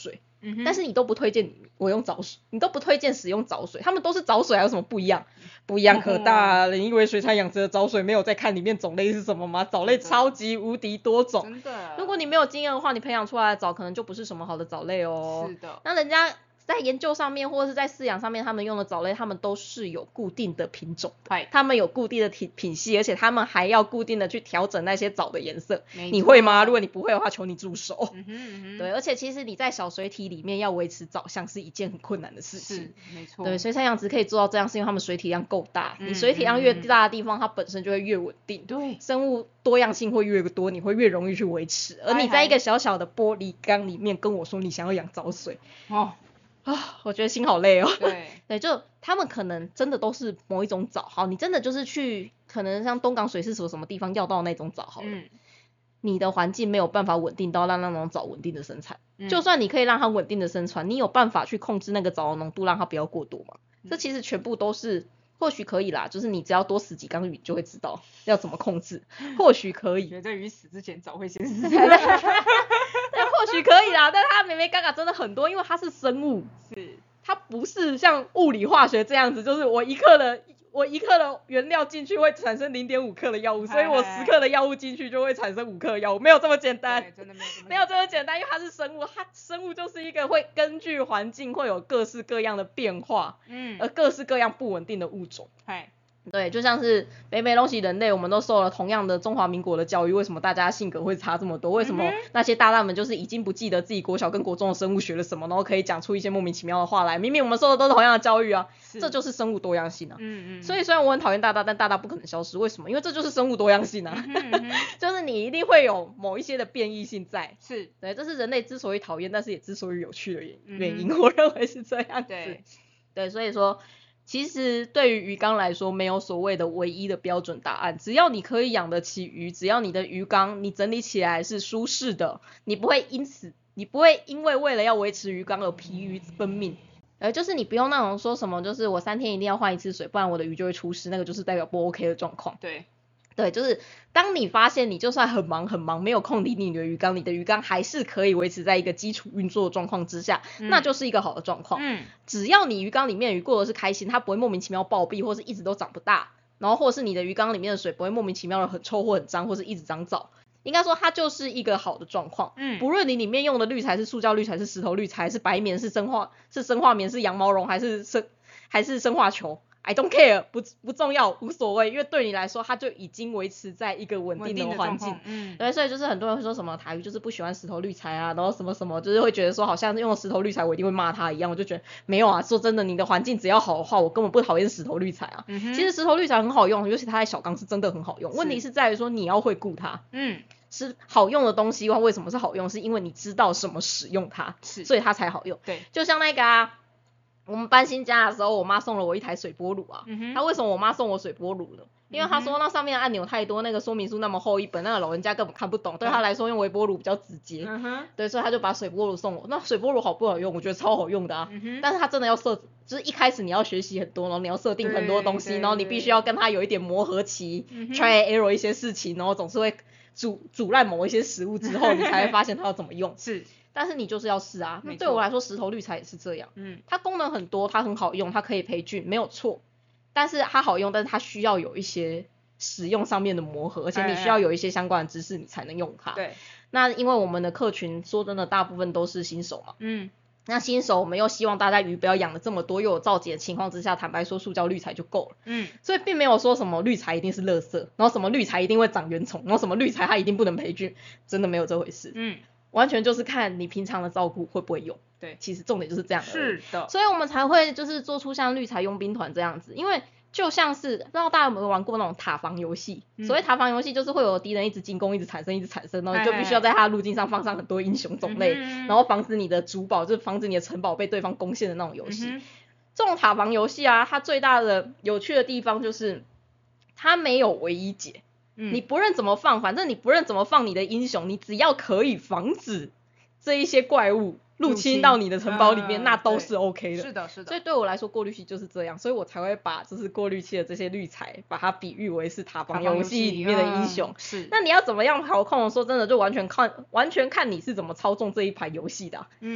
嗯哼，但是你都不推荐我用藻水，你都不推荐使用藻水，他们都是藻水，还有什么不一样？不一样可大啊！你以为水产养殖的藻水没有在看里面种类是什么吗？藻类超级无敌多种， 真的。 如果你没有经验的话，你培养出来的藻可能就不是什么好的藻类哦。 是的。 那人家在研究上面或者是在饲养上面，他们用的藻类，他们都是有固定的品种，他们有固定的品品系，而且他们还要固定的去调整那些藻的颜色。你会吗？如果你不会的话，求你助手。嗯哼嗯哼，对，而且其实你在小水体里面要维持藻相是一件很困难的事情。 是，没错。 对，水产养殖可以做到这样，是因为他们水体量够大。嗯、你水体量越大的地方，它本身就会越稳定。 对， 生物多样性会越多，你会越容易去维持。而你在一个小小的玻璃缸里面跟我说你想要养藻水，哦。啊，我觉得心好累哦。 对， 对，就他们可能真的都是某一种藻，好，你真的就是去可能像东港水事所什么地方要到那种藻好了，嗯、你的环境没有办法稳定到让那种藻稳定的生产，嗯、就算你可以让它稳定的生产，你有办法去控制那个藻的浓度，让它不要过多吗？嗯、这其实全部都是。或许可以啦，就是你只要多死几缸鱼就会知道要怎么控制，或许可以。 觉得鱼死之前藻会先死。 对，或许可以啦，但它明明嘎嘎真的很多，因为它是生物， 是它不是像物理化学这样子，就是我一克的我一克的原料进去会产生 零点五 克的药物，所以我十克的药物进去就会产生五克的药物，没有这么简单。 对，真的没有这么简单。 没有这么简单，因为它是生物，它生物就是一个会根据环境会有各式各样的变化，嗯，而各式各样不稳定的物种。 嗨。 对，就像是北美东西人类，我们都受了同样的中华民国的教育，为什么大家性格会差这么多？为什么那些大大们就是已经不记得自己国小跟国中的生物学了什么，然后可以讲出一些莫名其妙的话来？明明我们受的都是同样的教育啊，这就是生物多样性啊。嗯嗯。所以虽然我很讨厌大大，但大大不可能消失，为什么？因为这就是生物多样性啊。嗯嗯就是你一定会有某一些的变异性在。 是。 对，这是人类之所以讨厌，但是也之所以有趣的原因，嗯、我认为是这样子。 对。 对，所以说。其实对于鱼缸来说，没有所谓的唯一的标准答案。只要你可以养得起鱼，只要你的鱼缸你整理起来是舒适的，你不会因此，你不会因为为了要维持鱼缸而疲于奔命。呃，就是你不用那种说什么，就是我三天一定要换一次水，不然我的鱼就会出事，那个就是代表不 OK 的状况。 对。 对，就是当你发现你就算很忙很忙，没有空理你的鱼缸，你的鱼缸还是可以维持在一个基础运作的状况之下，嗯、那就是一个好的状况。嗯，只要你鱼缸里面的鱼过得是开心，它不会莫名其妙暴毙，或是一直都长不大，然后或是你的鱼缸里面的水不会莫名其妙的很臭或很脏，或是一直长藻，应该说它就是一个好的状况。嗯，不论你里面用的滤材是塑胶滤材，是石头滤材，是白棉，是生化是生化棉，是羊毛绒，还是生还是生化球。I don't care， 不不重要，无所谓，因为对你来说，它就已经维持在一个稳定的环境。嗯，对，所以就是很多人会说什么台鱼就是不喜欢石头滤材啊，然后什么什么，就是会觉得说好像用了石头滤材我一定会骂他一样，我就觉得没有啊，说真的，你的环境只要好的话，我根本不讨厌石头滤材啊。嗯、其实石头滤材很好用，尤其它在小缸是真的很好用，问题是在于说你要会顾它。嗯。是好用的东西，为什么是好用？是因为你知道什么使用它，所以它才好用。 对， 就像那个啊。我们搬新家的时候，我妈送了我一台水波炉啊。嗯、那为什么我妈送我水波炉呢？因为她说那上面的按钮太多，那个说明书那么厚一本，那个老人家根本看不懂，对她来说用微波炉比较直接。嗯、对，所以她就把水波炉送我。那水波炉好不好用？我觉得超好用的啊。嗯、但是它真的要设，就是一开始你要学习很多，然后你要设定很多东西，然后你必须要跟它有一点磨合期 ，try and error 一些事情，然后总是会煮煮烂某一些食物之后，你才会发现它要怎么用。 是。 但是你就是要试啊，那对我来说石头滤材也是这样，嗯，它功能很多，它很好用，它可以培菌，没有错，但是它好用，但是它需要有一些使用上面的磨合，而且你需要有一些相关的知识你才能用它。 对， 那因为我们的客群说真的大部分都是新手嘛，嗯，那新手我们又希望大家鱼不要养的这么多，又有造节的情况之下，坦白说塑胶滤材就够了，嗯，所以并没有说什么滤材一定是垃圾，然后什么滤材一定会长原虫，然后什么滤材它一定不能培菌，真的没有这回事，嗯。完全就是看你平常的照顾会不会用， 对， 其实重点就是这样而已。 是的， 所以我们才会就是做出像滤材佣兵团这样子，因为就像是不知道大家有没有玩过那种塔防游戏、嗯、所谓塔防游戏就是会有敌人一直进攻一直产生一直产生，然后你就必须要在它的路径上放上很多英雄种类，嗯、然后防止你的主堡就是防止你的城堡被对方攻陷的那种游戏、嗯、这种塔防游戏啊，它最大的有趣的地方就是它没有唯一解，嗯、你不论怎么放，反正你不论怎么放你的英雄，你只要可以防止这一些怪物入侵到你的城堡里面、呃、那都是 OK 的。 是的，是的。 所以对我来说过滤器就是这样，所以我才会把就是过滤器的这些滤材把它比喻为是塔防游戏里面的英雄、嗯、 是。 那你要怎么样调控，说真的就完全看完全看你是怎么操纵这一盘游戏的、啊、嗯。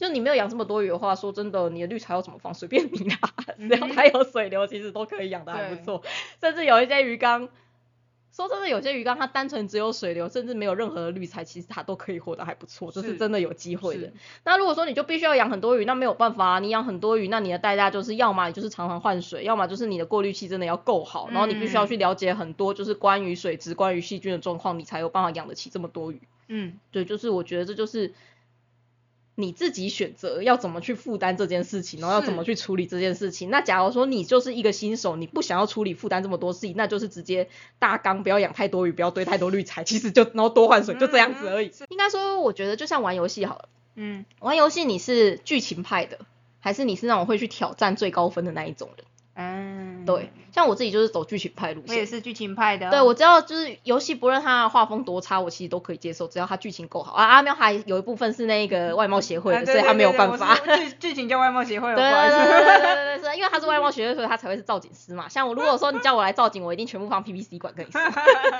就你没有养这么多鱼的话，说真的，你的滤材要怎么放随便你啦，只要它有水流，其实都可以养的还不错。甚至有一些鱼缸，说真的，有些鱼缸它单纯只有水流，甚至没有任何的滤材，其实它都可以活得还不错，这是真的有机会的。那如果说你就必须要养很多鱼，那没有办法啊，你养很多鱼，那你的代价就是要么你就是常常换水，要么就是你的过滤器真的要够好，然后你必须要去了解很多就是关于水质、关于细菌的状况，你才有办法养得起这么多鱼。嗯，对，就是我觉得这就是你自己选择要怎么去负担这件事情，然后要怎么去处理这件事情。那假如说你就是一个新手，你不想要处理负担这么多事情，那就是直接大缸，不要养太多鱼，不要堆太多滤材，其实就然后多换水，就这样子而已。嗯、应该说我觉得就像玩游戏好了，嗯，玩游戏你是剧情派的，还是你是那种会去挑战最高分的那一种人？嗯，对，像我自己就是走剧情派路线， 我也是剧情派的。 对，我知道就是游戏不论它画风多差，我其实都可以接受，只要它剧情够好。啊，阿喵还有一部分是那个外贸协会的，啊、对对对对，所以他没有办法。 剧剧情叫外贸协会， 对对对对对对，是因为他是外贸协会，所以他才会是造景师嘛。像我如果说你叫我来造景，我一定全部放 P V C 管跟你说。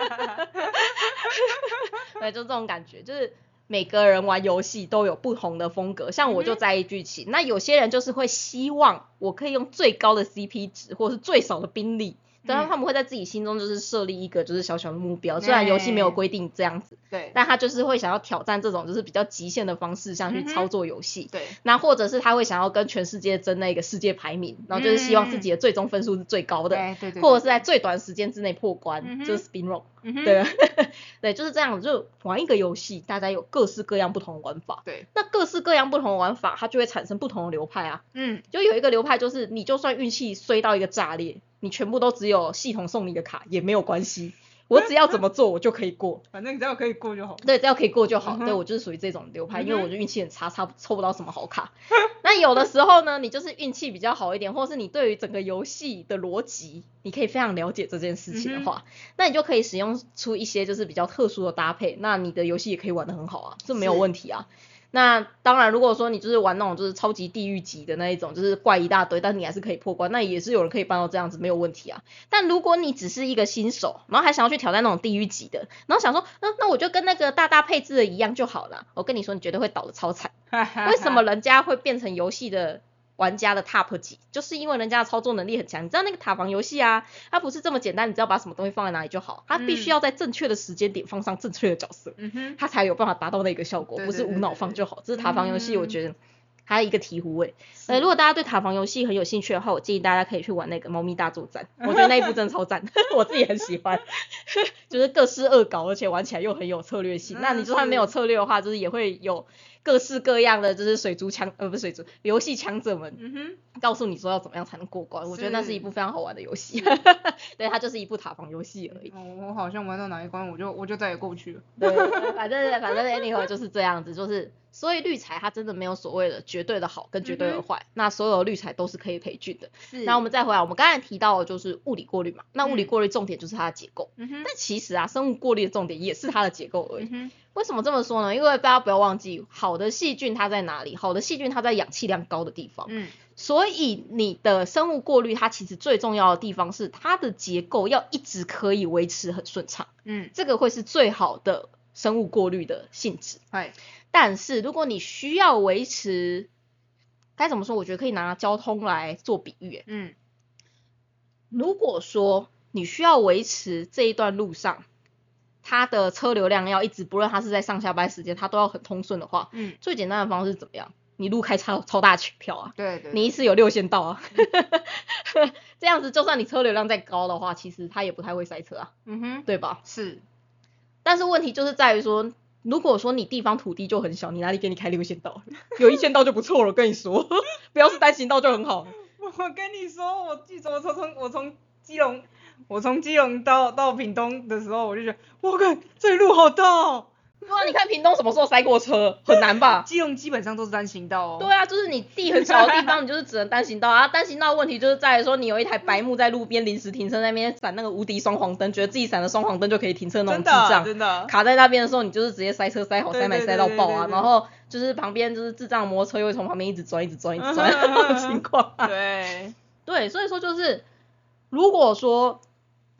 对，就这种感觉，就是。每个人玩游戏都有不同的风格，像我就在意剧情，嗯、那有些人就是会希望我可以用最高的 C P 值，或者是最少的兵力，当然他们会在自己心中就是设立一个就是小小的目标，虽然游戏没有规定这样子，对，但他就是会想要挑战这种就是比较极限的方式，像去操作游戏，对，那或者是他会想要跟全世界争那个世界排名，然后就是希望自己的最终分数是最高的，对对对，或者是在最短时间之内破关，嗯、就是 spin roll，嗯、对，对，就是这样子，就玩一个游戏，大家有各式各样不同的玩法，对，那各式各样不同的玩法，它就会产生不同的流派啊，嗯，就有一个流派就是你就算运气衰到一个炸裂。你全部都只有系统送你的卡也没有关系，我只要怎么做我就可以过， 反正只要可以过就好。 对，只要可以过就好。嗯、对，我就是属于这种流派，嗯、因为我就运气很差，差抽不到什么好卡。那有的时候呢，你就是运气比较好一点，或是你对于整个游戏的逻辑，你可以非常了解这件事情的话，嗯、那你就可以使用出一些就是比较特殊的搭配，那你的游戏也可以玩得很好啊，这没有问题啊。那当然如果说你就是玩那种就是超级地狱级的那一种，就是怪一大堆但你还是可以破关，那也是有人可以办到这样子，没有问题啊。但如果你只是一个新手，然后还想要去挑战那种地狱级的，然后想说那那我就跟那个大大配置的一样就好了，我跟你说你绝对会倒得超惨。为什么人家会变成游戏的玩家的 top 级，就是因为人家的操作能力很强。你知道那个塔防游戏啊，它不是这么简单，你只要把什么东西放在哪里就好，它必须要在正确的时间点放上正确的角色，嗯、它才有办法达到那个效果，不是无脑放就好。这是塔防游戏，我觉得还有一个醍醐味。呃，如果大家对塔防游戏很有兴趣的话，我建议大家可以去玩那个猫咪大作战，我觉得那一部真的超赞，我自己很喜欢，就是各式恶搞，而且玩起来又很有策略性。那你就算没有策略的话，就是也会有各式各样的就是水族强呃不是水族游戏强者们，嗯哼，告诉你说要怎么样才能过关。我觉得那是一部非常好玩的游戏，对，它就是一部塔防游戏而已。 哦，我好像玩到哪一关我就我就再也过不去了。 对，反正反正 anyway 就是这样子，就是所以滤材它真的没有所谓的绝对的好跟绝对的坏，嗯、那所有的滤材都是可以培菌的。那我们再回来，我们刚才提到的就是物理过滤嘛，那物理过滤重点就是它的结构，嗯、但其实啊，生物过滤的重点也是它的结构而已。嗯、为什么这么说呢？因为大家不要忘记，好的细菌它在哪里？好的细菌它在氧气量高的地方。嗯，所以你的生物过滤它其实最重要的地方是它的结构要一直可以维持很顺畅。嗯，这个会是最好的生物过滤的性质。但是如果你需要维持，该怎么说？我觉得可以拿交通来做比喻。嗯，如果说你需要维持这一段路上，它的车流量要一直，不论它是在上下班时间，它都要很通顺的话，嗯，最简单的方式怎么样？你路开超超大票啊，对 对, 对，你一次有六线道啊，嗯、这样子就算你车流量再高的话，其实它也不太会塞车啊，嗯哼，对吧？是，但是问题就是在于说，如果说你地方土地就很小，你哪里给你开六线道？有一线道就不错了，我跟你说，不要是单行道就很好。 我跟你说，我记得我从我从基隆，我从基隆到到屏东的时候，我就觉得，我靠，这里路好大哦。 对啊，你看屏东什么时候塞过车？很难吧？ 基隆基本上都是单行道哦。 对啊，就是你地很小的地方，你就是只能单行道啊。单行道的问题就是在于说，你有一台白目在路边临时停车，那边闪那个无敌双黄灯，觉得自己闪了双黄灯就可以停车那种智障，真的卡在那边的时候，你就是直接塞车塞好塞满塞到爆啊。然后就是旁边就是智障摩托车又会从旁边一直钻一直钻一直钻那种情况、啊。对对，所以说就是如果说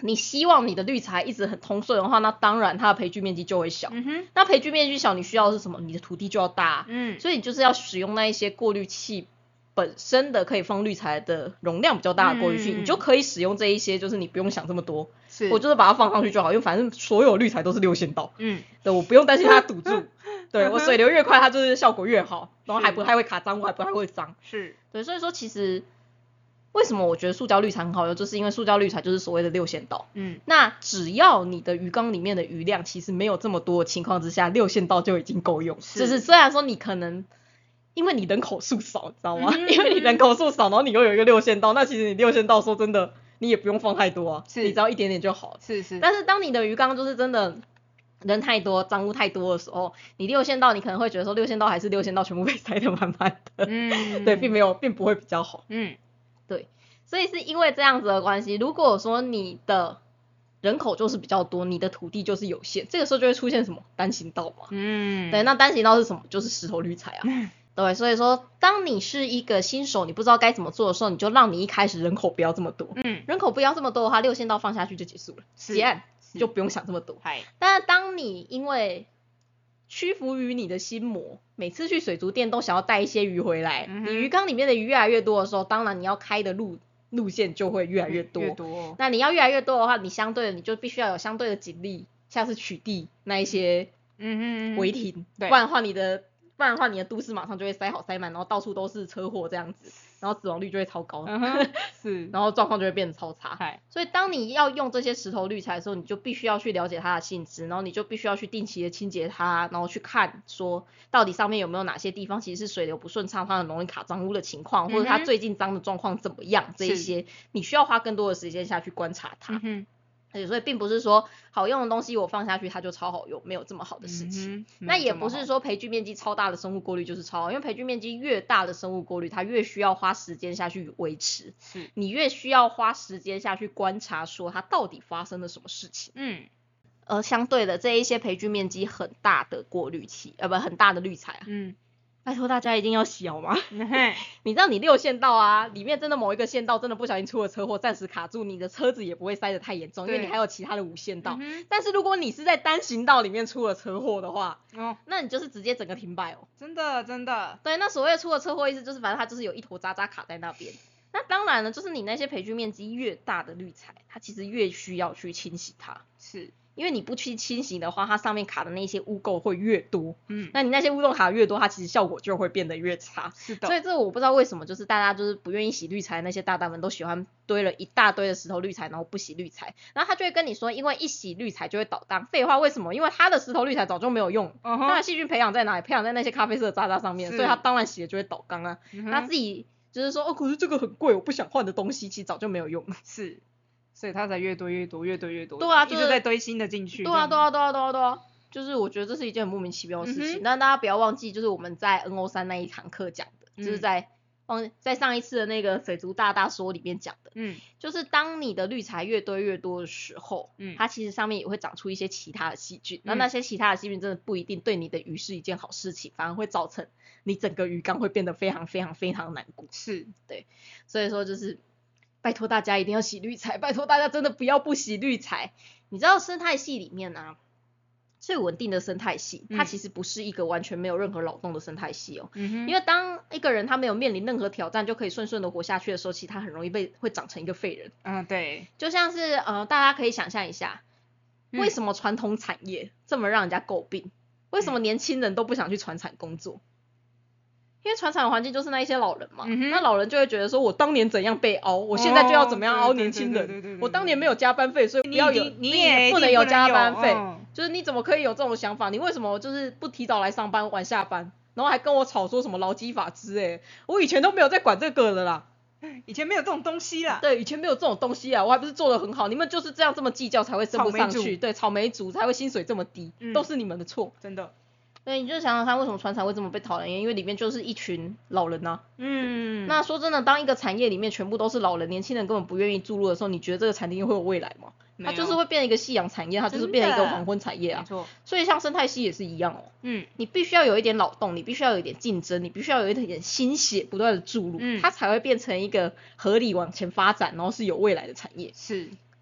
你希望你的滤材一直很通顺的话，那当然它的培具面积就会小。 嗯哼， 那培具面积小，你需要的是什么？你的土地就要大。 嗯， 所以你就是要使用那一些过滤器本身的可以放滤材的容量比较大的过滤器， 嗯、 你就可以使用这一些，就是你不用想这么多， 是我就是把它放上去就好，因为反正所有滤材都是六线道， 嗯， 对，我不用担心它堵住，对我水流越快，它就是效果越好，然后还不还会卡脏污，还不还会脏， 是， 对，所以说其实为什么我觉得塑胶滤材很好用，就是因为塑胶滤材就是所谓的六线道，嗯，那只要你的鱼缸里面的鱼量其实没有这么多的情况之下，六线道就已经够用，就是虽然说你可能因为你人口数少，你知道吗？嗯、因为你人口数少，然后你又有一个六线道，那其实你六线道说真的，你也不用放太多啊，你只要一点点就好了。 是是。 但是当你的鱼缸就是真的人太多、脏污太多的时候，你六线道你可能会觉得说六线道还是六线道全部被塞得满满的，嗯，对，并没有，并不会比较好，嗯，对，所以是因为这样子的关系，如果说你的人口就是比较多，你的土地就是有限，这个时候就会出现什么单行道嘛，嗯，对，那单行道是什么？就是石头滤材啊。嗯，对，所以说当你是一个新手，你不知道该怎么做的时候，你就让你一开始人口不要这么多，嗯，人口不要这么多的话，六线道放下去就结束了，结案就不用想这么多。但是当你因为屈服于你的心魔，每次去水族店都想要带一些鱼回来，嗯、你鱼缸里面的鱼越来越多的时候，当然你要开的路路线就会越来越多。越多那你要越来越多的话，你相对的你就必须要有相对的警力，像是取缔那一些嗯违停，不然的话你的。不然的话，你的都市马上就会塞好塞满，然后到处都是车祸这样子，然后死亡率就会超高，嗯、是，然后状况就会变得超差。所以当你要用这些石头滤材的时候，你就必须要去了解它的性质，然后你就必须要去定期的清洁它，然后去看说到底上面有没有哪些地方其实是水流不顺畅，它很容易卡脏污的情况，或者它最近脏的状况怎么样，这一些你需要花更多的时间下去观察它。嗯所以并不是说好用的东西我放下去它就超好用，没有这么好的事情。嗯、那也不是说培具面积超大的生物过滤就是超好，因为培具面积越大的生物过滤，它越需要花时间下去维持，是你越需要花时间下去观察说它到底发生了什么事情。嗯，而相对的这一些培具面积很大的过滤器，呃不很大的滤材啊，嗯。拜托大家一定要洗好吗？你知道你六线道啊，里面真的某一个线道真的不小心出了车祸，暂时卡住，你的车子也不会塞得太严重，因为你还有其他的五线道。嗯、但是如果你是在单行道里面出了车祸的话，哦，那你就是直接整个停摆哦。 真的真的。 对，那所谓出了车祸意思就是反正它就是有一坨渣渣卡在那边。那当然了，就是你那些培具面积越大的滤材，它其实越需要去清洗它。是。因为你不去清洗的话，它上面卡的那些污垢会越多，嗯，那你那些污垢卡的越多，它其实效果就会变得越差。是的。所以这我不知道为什么，就是大家就是不愿意洗滤材，那些大大们都喜欢堆了一大堆的石头滤材，然后不洗滤材，然后他就会跟你说，因为一洗滤材就会倒荡。废话，为什么？因为他的石头滤材早就没有用，嗯、他的细菌培养在哪里？培养在那些咖啡色的渣渣上面，所以他当然洗了就会倒缸啊。嗯、他自己就是说，哦，可是这个很贵，我不想换的东西，其实早就没有用了。 是。所以它才越堆越多，越堆越多。 对啊，就是、 一直在堆新的进去。 对啊，对啊，对啊，对啊，对啊，就是我觉得这是一件很莫名其妙的事情。嗯、但大家不要忘记，就是我们在 N O 三 那一堂课讲的，嗯、就是在忘在上一次的那个水族大大说里面讲的，嗯，就是当你的滤材越堆越多的时候，嗯，它其实上面也会长出一些其他的细菌，那、嗯、那些其他的细菌真的不一定对你的鱼是一件好事情，反而会造成你整个鱼缸会变得非常非常非常难过。是，对，所以说就是。拜托大家一定要洗滤材，拜托大家真的不要不洗滤材。你知道生态系里面啊，最稳定的生态系，它其实不是一个完全没有任何扰动的生态系哦。嗯、因为当一个人他没有面临任何挑战就可以顺顺的活下去的时候，其实他很容易被会长成一个废人。 嗯，对。 就像是呃，大家可以想象一下，为什么传统产业这么让人家诟病？为什么年轻人都不想去传产工作？因为传产环境就是那一些老人嘛，嗯、那老人就会觉得说，我当年怎样被凹，我现在就要怎么样凹年轻人。我当年没有加班费，所以不要有， 你也不能有加班费。哦、就是你怎么可以有这种想法？你为什么就是不提早来上班，晚下班，然后还跟我吵说什么劳基法之类？我以前都没有在管这个的啦， 以前没有这种东西啦。 对，以前没有这种东西啊，我还不是做得很好。你们就是这样这么计较才会升不上去，对，草莓族才会薪水这么低，嗯、都是你们的错， 真的。 对，你就想想看，为什么传产会这么被讨厌？因为里面就是一群老人啊。嗯。那说真的，当一个产业里面全部都是老人，年轻人根本不愿意注入的时候，你觉得这个产业会有未来吗？它就是会变成一个夕阳产业，它就是变成一个黄昏产业啊。没错。所以像生态系也是一样哦。嗯。你必须要有一点脑洞，你必须要有一点竞争，你必须要有一点心血不断的注入，嗯、它才会变成一个合理往前发展，然后是有未来的产业。是。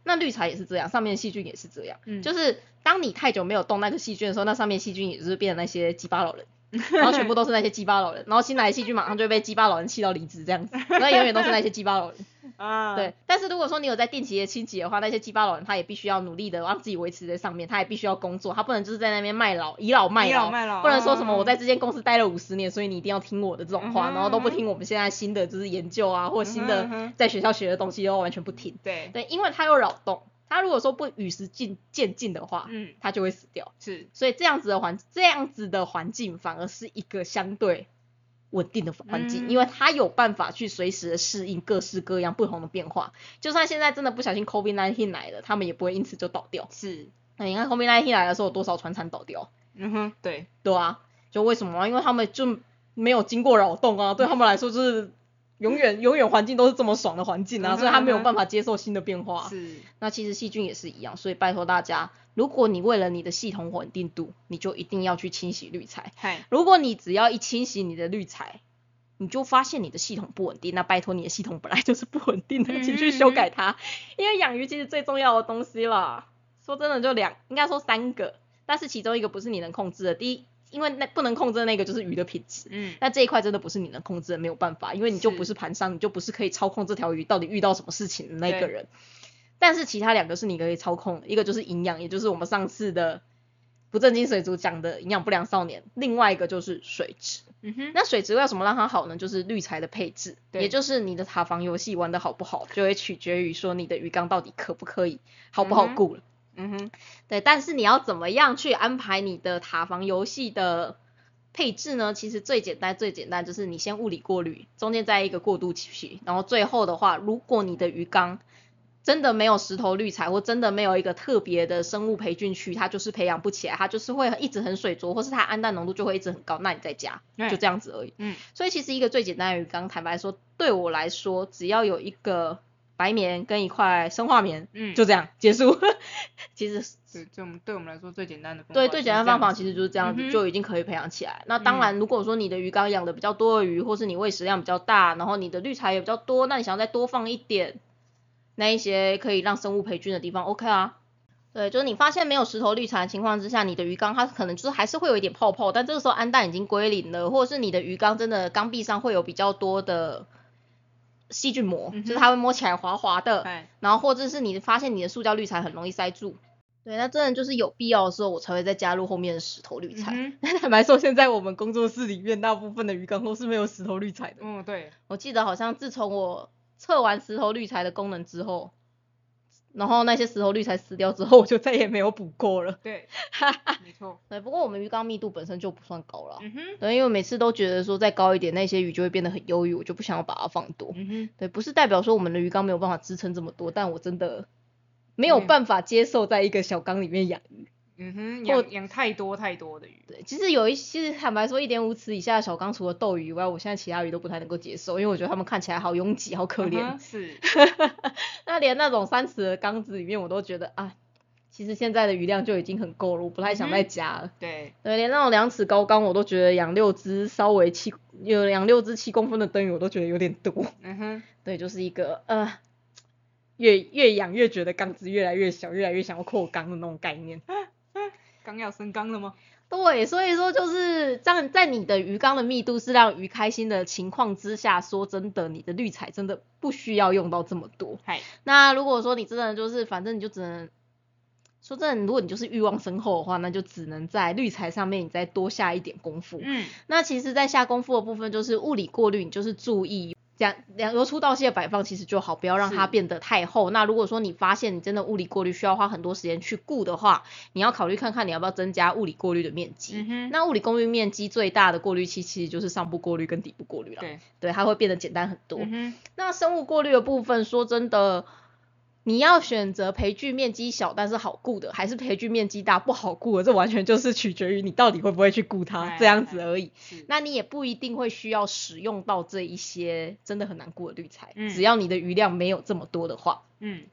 那滤材也是这样，上面的细菌也是这样，嗯、就是当你太久没有动那个细菌的时候，那上面细菌也就是变成那些鸡巴老人。然后全部都是那些鸡巴老人，然后新来的细菌马上就会被鸡巴老人气到离职这样子，那永远都是那些鸡巴老人啊。对，但是如果说你有在定期的清洁的话，那些鸡巴老人他也必须要努力的让自己维持在上面，他也必须要工作，他不能就是在那边卖老倚老卖老，老不能说什么我在这间公司待了五十年，所以你一定要听我的这种话，嗯、然后都不听我们现在新的就是研究啊，或新的在学校学的东西都完全不听。对对，因为他有扰动。他如果说不与时进渐进的话，嗯，他就会死掉。是，所以这样子的环这样子的环境反而是一个相对稳定的环境，嗯、因为他有办法去随时的适应各式各样不同的变化。就算现在真的不小心 COVID 十九 来了，他们也不会因此就倒掉。是，那你看 COVID 十九 来的时候有多少传产倒掉？嗯哼，对，对啊，就为什么？因为他们就没有经过扰动啊，对他们来说就是。永远永远环境都是这么爽的环境啊，所以他没有办法接受新的变化。是，那其实细菌也是一样，所以拜托大家，如果你为了你的系统稳定度，你就一定要去清洗滤材。如果你只要一清洗你的滤材，你就发现你的系统不稳定，那拜托你的系统本来就是不稳定的，请去修改它。因为养鱼其实最重要的东西啦，说真的就两，应该说三个，但是其中一个不是你能控制的。第一。因为那不能控制的那个就是鱼的品质，嗯，那这一块真的不是你能控制的，没有办法，因为你就不是盘商，你就不是可以操控这条鱼到底遇到什么事情的那个人。但是其他两个是你可以操控的，一个就是营养，也就是我们上次的不正经水族讲的营养不良少年，另外一个就是水质。嗯哼，那水质要怎么让它好呢？就是滤材的配置，也就是你的塔防游戏玩得好不好，就会取决于说你的鱼缸到底可不可以好不好顾了。嗯嗯哼，对，但是你要怎么样去安排你的塔防游戏的配置呢？其实最简单最简单就是你先物理过滤，中间再一个过渡期，然后最后的话，如果你的鱼缸真的没有石头滤材，或真的没有一个特别的生物培菌区，它就是培养不起来，它就是会一直很水浊，或是它氨氮浓度就会一直很高，那你再加，就这样子而已。嗯，所以其实一个最简单的鱼缸，坦白说，对我来说，只要有一个白棉跟一块生化棉，嗯，就这样结束。其实对，这我们对我们来说最简单的方法， 对最简单的方法其实就是这样子，嗯、就已经可以培养起来。那当然，如果说你的鱼缸养的比较多的鱼，或是你喂食量比较大，然后你的滤材也比较多，那你想要再多放一点那一些可以让生物培菌的地方 ，OK 啊。对，就是你发现没有石头滤材的情况之下，你的鱼缸它可能就是还是会有一点泡泡，但这个时候氨氮已经归零了，或者是你的鱼缸真的缸壁上会有比较多的细菌膜，嗯、就是它会摸起来滑滑的，然后或者是你发现你的塑胶滤材很容易塞住，对，那真的就是有必要的时候我才会再加入后面的石头滤材。嗯、坦白说，现在我们工作室里面大部分的鱼缸都是没有石头滤材的。嗯，对。我记得好像自从我测完石头滤材的功能之后，然后那些石头滤材死掉之后，我就再也没有补过了。对，没错。对，不过我们鱼缸密度本身就不算高了。嗯哼。对，因为每次都觉得说再高一点，那些鱼就会变得很忧郁，我就不想要把它放多。嗯哼。对，不是代表说我们的鱼缸没有办法支撑这么多，但我真的没有办法接受在一个小缸里面养鱼。 嗯哼，养养太多太多的鱼。 对，其实有一些坦白说一点五尺以下的小缸，除了斗鱼以外，我现在其他鱼都不太能够接受，因为我觉得它们看起来好拥挤，好可怜。嗯、是。那连那种三尺的缸子里面，我都觉得啊，其实现在的鱼量就已经很够了，我不太想再加了。嗯、对。对，连那种两尺高缸，我都觉得养六只稍微七有养六只七公分的灯鱼，我都觉得有点多。嗯哼。对，就是一个呃。越越养越觉得缸子越来越小，越来越想要扩缸的那种概念。 缸要升缸了吗？ 对，所以说就是在在你的鱼缸的密度是让鱼开心的情况之下，说真的，你的滤材真的不需要用到这么多。那如果说你真的就是反正你就只能说真的，如果你就是欲望深厚的话，那就只能在滤材上面你再多下一点功夫。嗯，那其实在下功夫的部分就是物理过滤，你就是注意这样由粗到细的摆放其实就好，不要让它变得太厚。那如果说你发现你真的物理过滤需要花很多时间去顾的话，你要考虑看看你要不要增加物理过滤的面积。嗯、那物理过滤面积最大的过滤器其实就是上部过滤跟底部过滤啦。对，对，它会变得简单很多。嗯、那生物过滤的部分，说真的，你要选择培具面积小但是好顾的，还是培具面积大不好顾的，这完全就是取决于你到底会不会去顾它，这样子而已。那你也不一定会需要使用到这一些真的很难顾的滤材，嗯、只要你的鱼量没有这么多的话。嗯，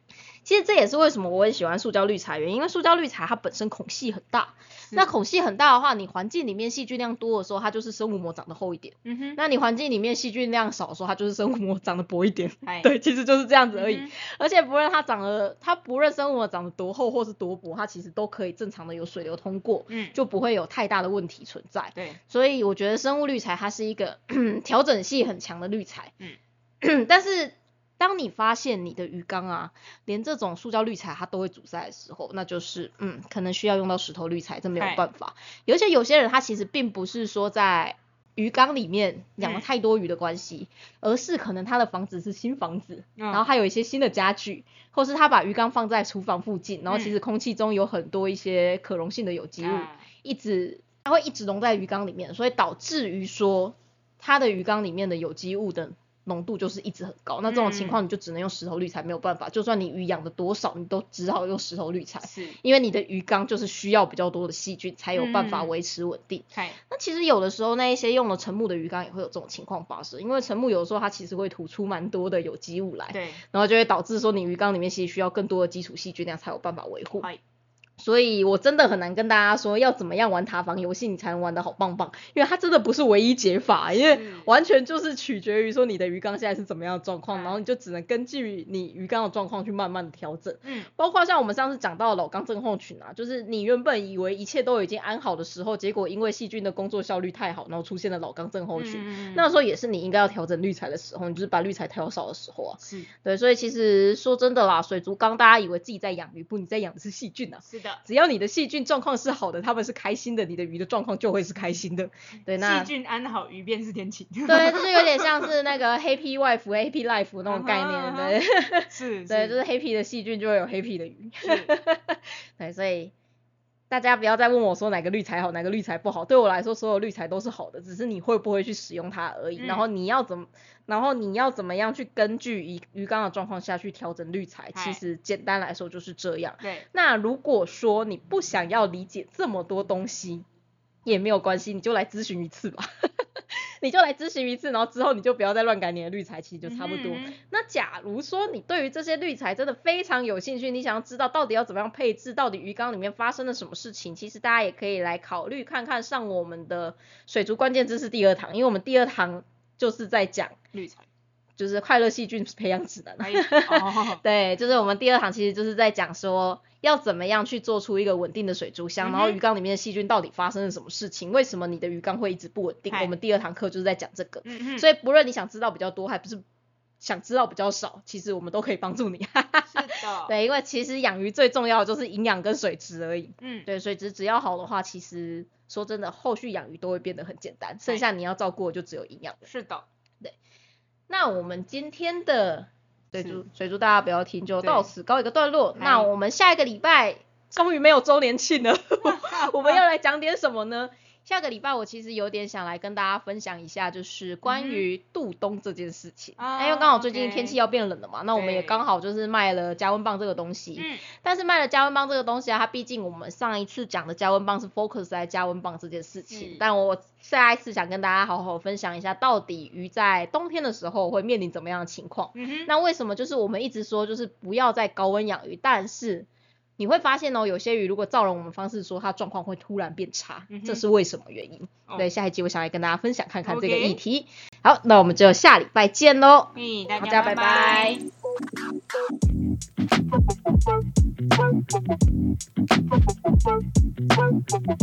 其实这也是为什么我很喜欢塑胶滤材原因，因为塑胶滤材它本身孔隙很大，那孔隙很大的话，你环境里面细菌量多的时候，它就是生物膜长得厚一点，嗯哼，那你环境里面细菌量少的时候，它就是生物膜长得薄一点，对，其实就是这样子而已，嗯、而且不论它长得，它不论生物膜长得多厚或是多薄，它其实都可以正常的有水流通过，嗯，就不会有太大的问题存在，对，所以我觉得生物滤材它是一个调整性很强的滤材，嗯，但是当你发现你的鱼缸啊，连这种塑胶滤材它都会阻塞的时候，那就是嗯，可能需要用到石头滤材，这没有办法。而且有些人他其实并不是说在鱼缸里面养了太多鱼的关系，嗯、而是可能他的房子是新房子，嗯、然后他有一些新的家具，或是他把鱼缸放在厨房附近，然后其实空气中有很多一些可溶性的有机物，嗯、一直它会一直溶在鱼缸里面，所以导致于说它的鱼缸里面的有机物的浓度就是一直很高，那这种情况你就只能用石头滤材，没有办法，就算你鱼养的多少，你都只好用石头滤材，是因为你的鱼缸就是需要比较多的细菌才有办法维持稳定。嗯、那其实有的时候那一些用了沉木的鱼缸也会有这种情况发生，因为沉木有的时候它其实会吐出蛮多的有机物来，对，然后就会导致说你鱼缸里面其实需要更多的基础细菌量才有办法维护。所以我真的很难跟大家说要怎么样玩塔防游戏你才能玩得好棒棒，因为它真的不是唯一解法，因为完全就是取决于说你的鱼缸现在是怎么样的状况，然后你就只能根据你鱼缸的状况去慢慢的调整。嗯，包括像我们上次讲到的老缸症候群啊，就是你原本以为一切都已经安好的时候，结果因为细菌的工作效率太好，然后出现了老缸症候群，嗯、那时候也是你应该要调整滤材的时候，你就是把滤材调少的时候啊。是，对，所以其实说真的啦，水族缸大家以为自己在养鱼，不，你在养的是细菌啊。是的，只要你的细菌状况是好的，他们是开心的，你的鱼的状况就会是开心的。对，那细菌安好，鱼便是天晴。 对，就是有点像是那个 Happy Wife、Happy Life 那种概念，对，是，对，就是 Happy 的细菌就会有 Happy 的鱼。对，所以大家不要再问我说哪个滤材好，哪个滤材不好。对我来说，所有滤材都是好的，只是你会不会去使用它而已。嗯、然后你要怎么，然后你要怎么样去根据鱼鱼缸的状况下去调整滤材，其实简单来说就是这样。对。那如果说你不想要理解这么多东西，也没有关系，你就来咨询一次吧。你就来咨询一次，然后之后你就不要再乱改你的滤材，其实就差不多。嗯、那假如说你对于这些滤材真的非常有兴趣，你想要知道到底要怎么样配置，到底鱼缸里面发生了什么事情，其实大家也可以来考虑看看上我们的水族关键知识第二堂，因为我们第二堂就是在讲滤材。 就是快乐细菌培养指南、哦、对，就是我们第二堂其实就是在讲说要怎么样去做出一个稳定的水族箱、嗯、然后鱼缸里面的细菌到底发生了什么事情，为什么你的鱼缸会一直不稳定，我们第二堂课就是在讲这个、嗯、所以不论你想知道比较多还不是想知道比较少，其实我们都可以帮助你是的对，因为其实养鱼最重要的就是营养跟水质而已，嗯，对，水质只要好的话，其实说真的后续养鱼都会变得很简单，剩下你要照顾的就只有营养。 是的， 对。那我们今天的水族水族大家不要听就到此告一个段落，那我们下一个礼拜终于没有周年庆了我们要来讲点什么呢？下个礼拜我其实有点想来跟大家分享一下，就是关于渡冬这件事情、嗯、因为刚好最近天气要变冷了嘛，那我们也刚好就是卖了加温棒这个东西、嗯、但是卖了加温棒这个东西啊，它毕竟我们上一次讲的加温棒是 focus 在加温棒这件事情、嗯、但我下一次想跟大家好好分享一下到底鱼在冬天的时候会面临怎么样的情况、嗯、那为什么就是我们一直说就是不要在高温养鱼，但是你会发现哦，有些鱼如果照了我们方式说，它状况会突然变差、嗯、这是为什么原因、哦、对，下一集我想来跟大家分享看看这个议题、okay. 好，那我们就下礼拜见咯、 嗯、大家拜拜。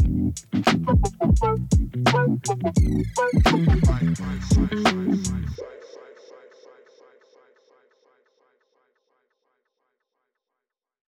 拜拜。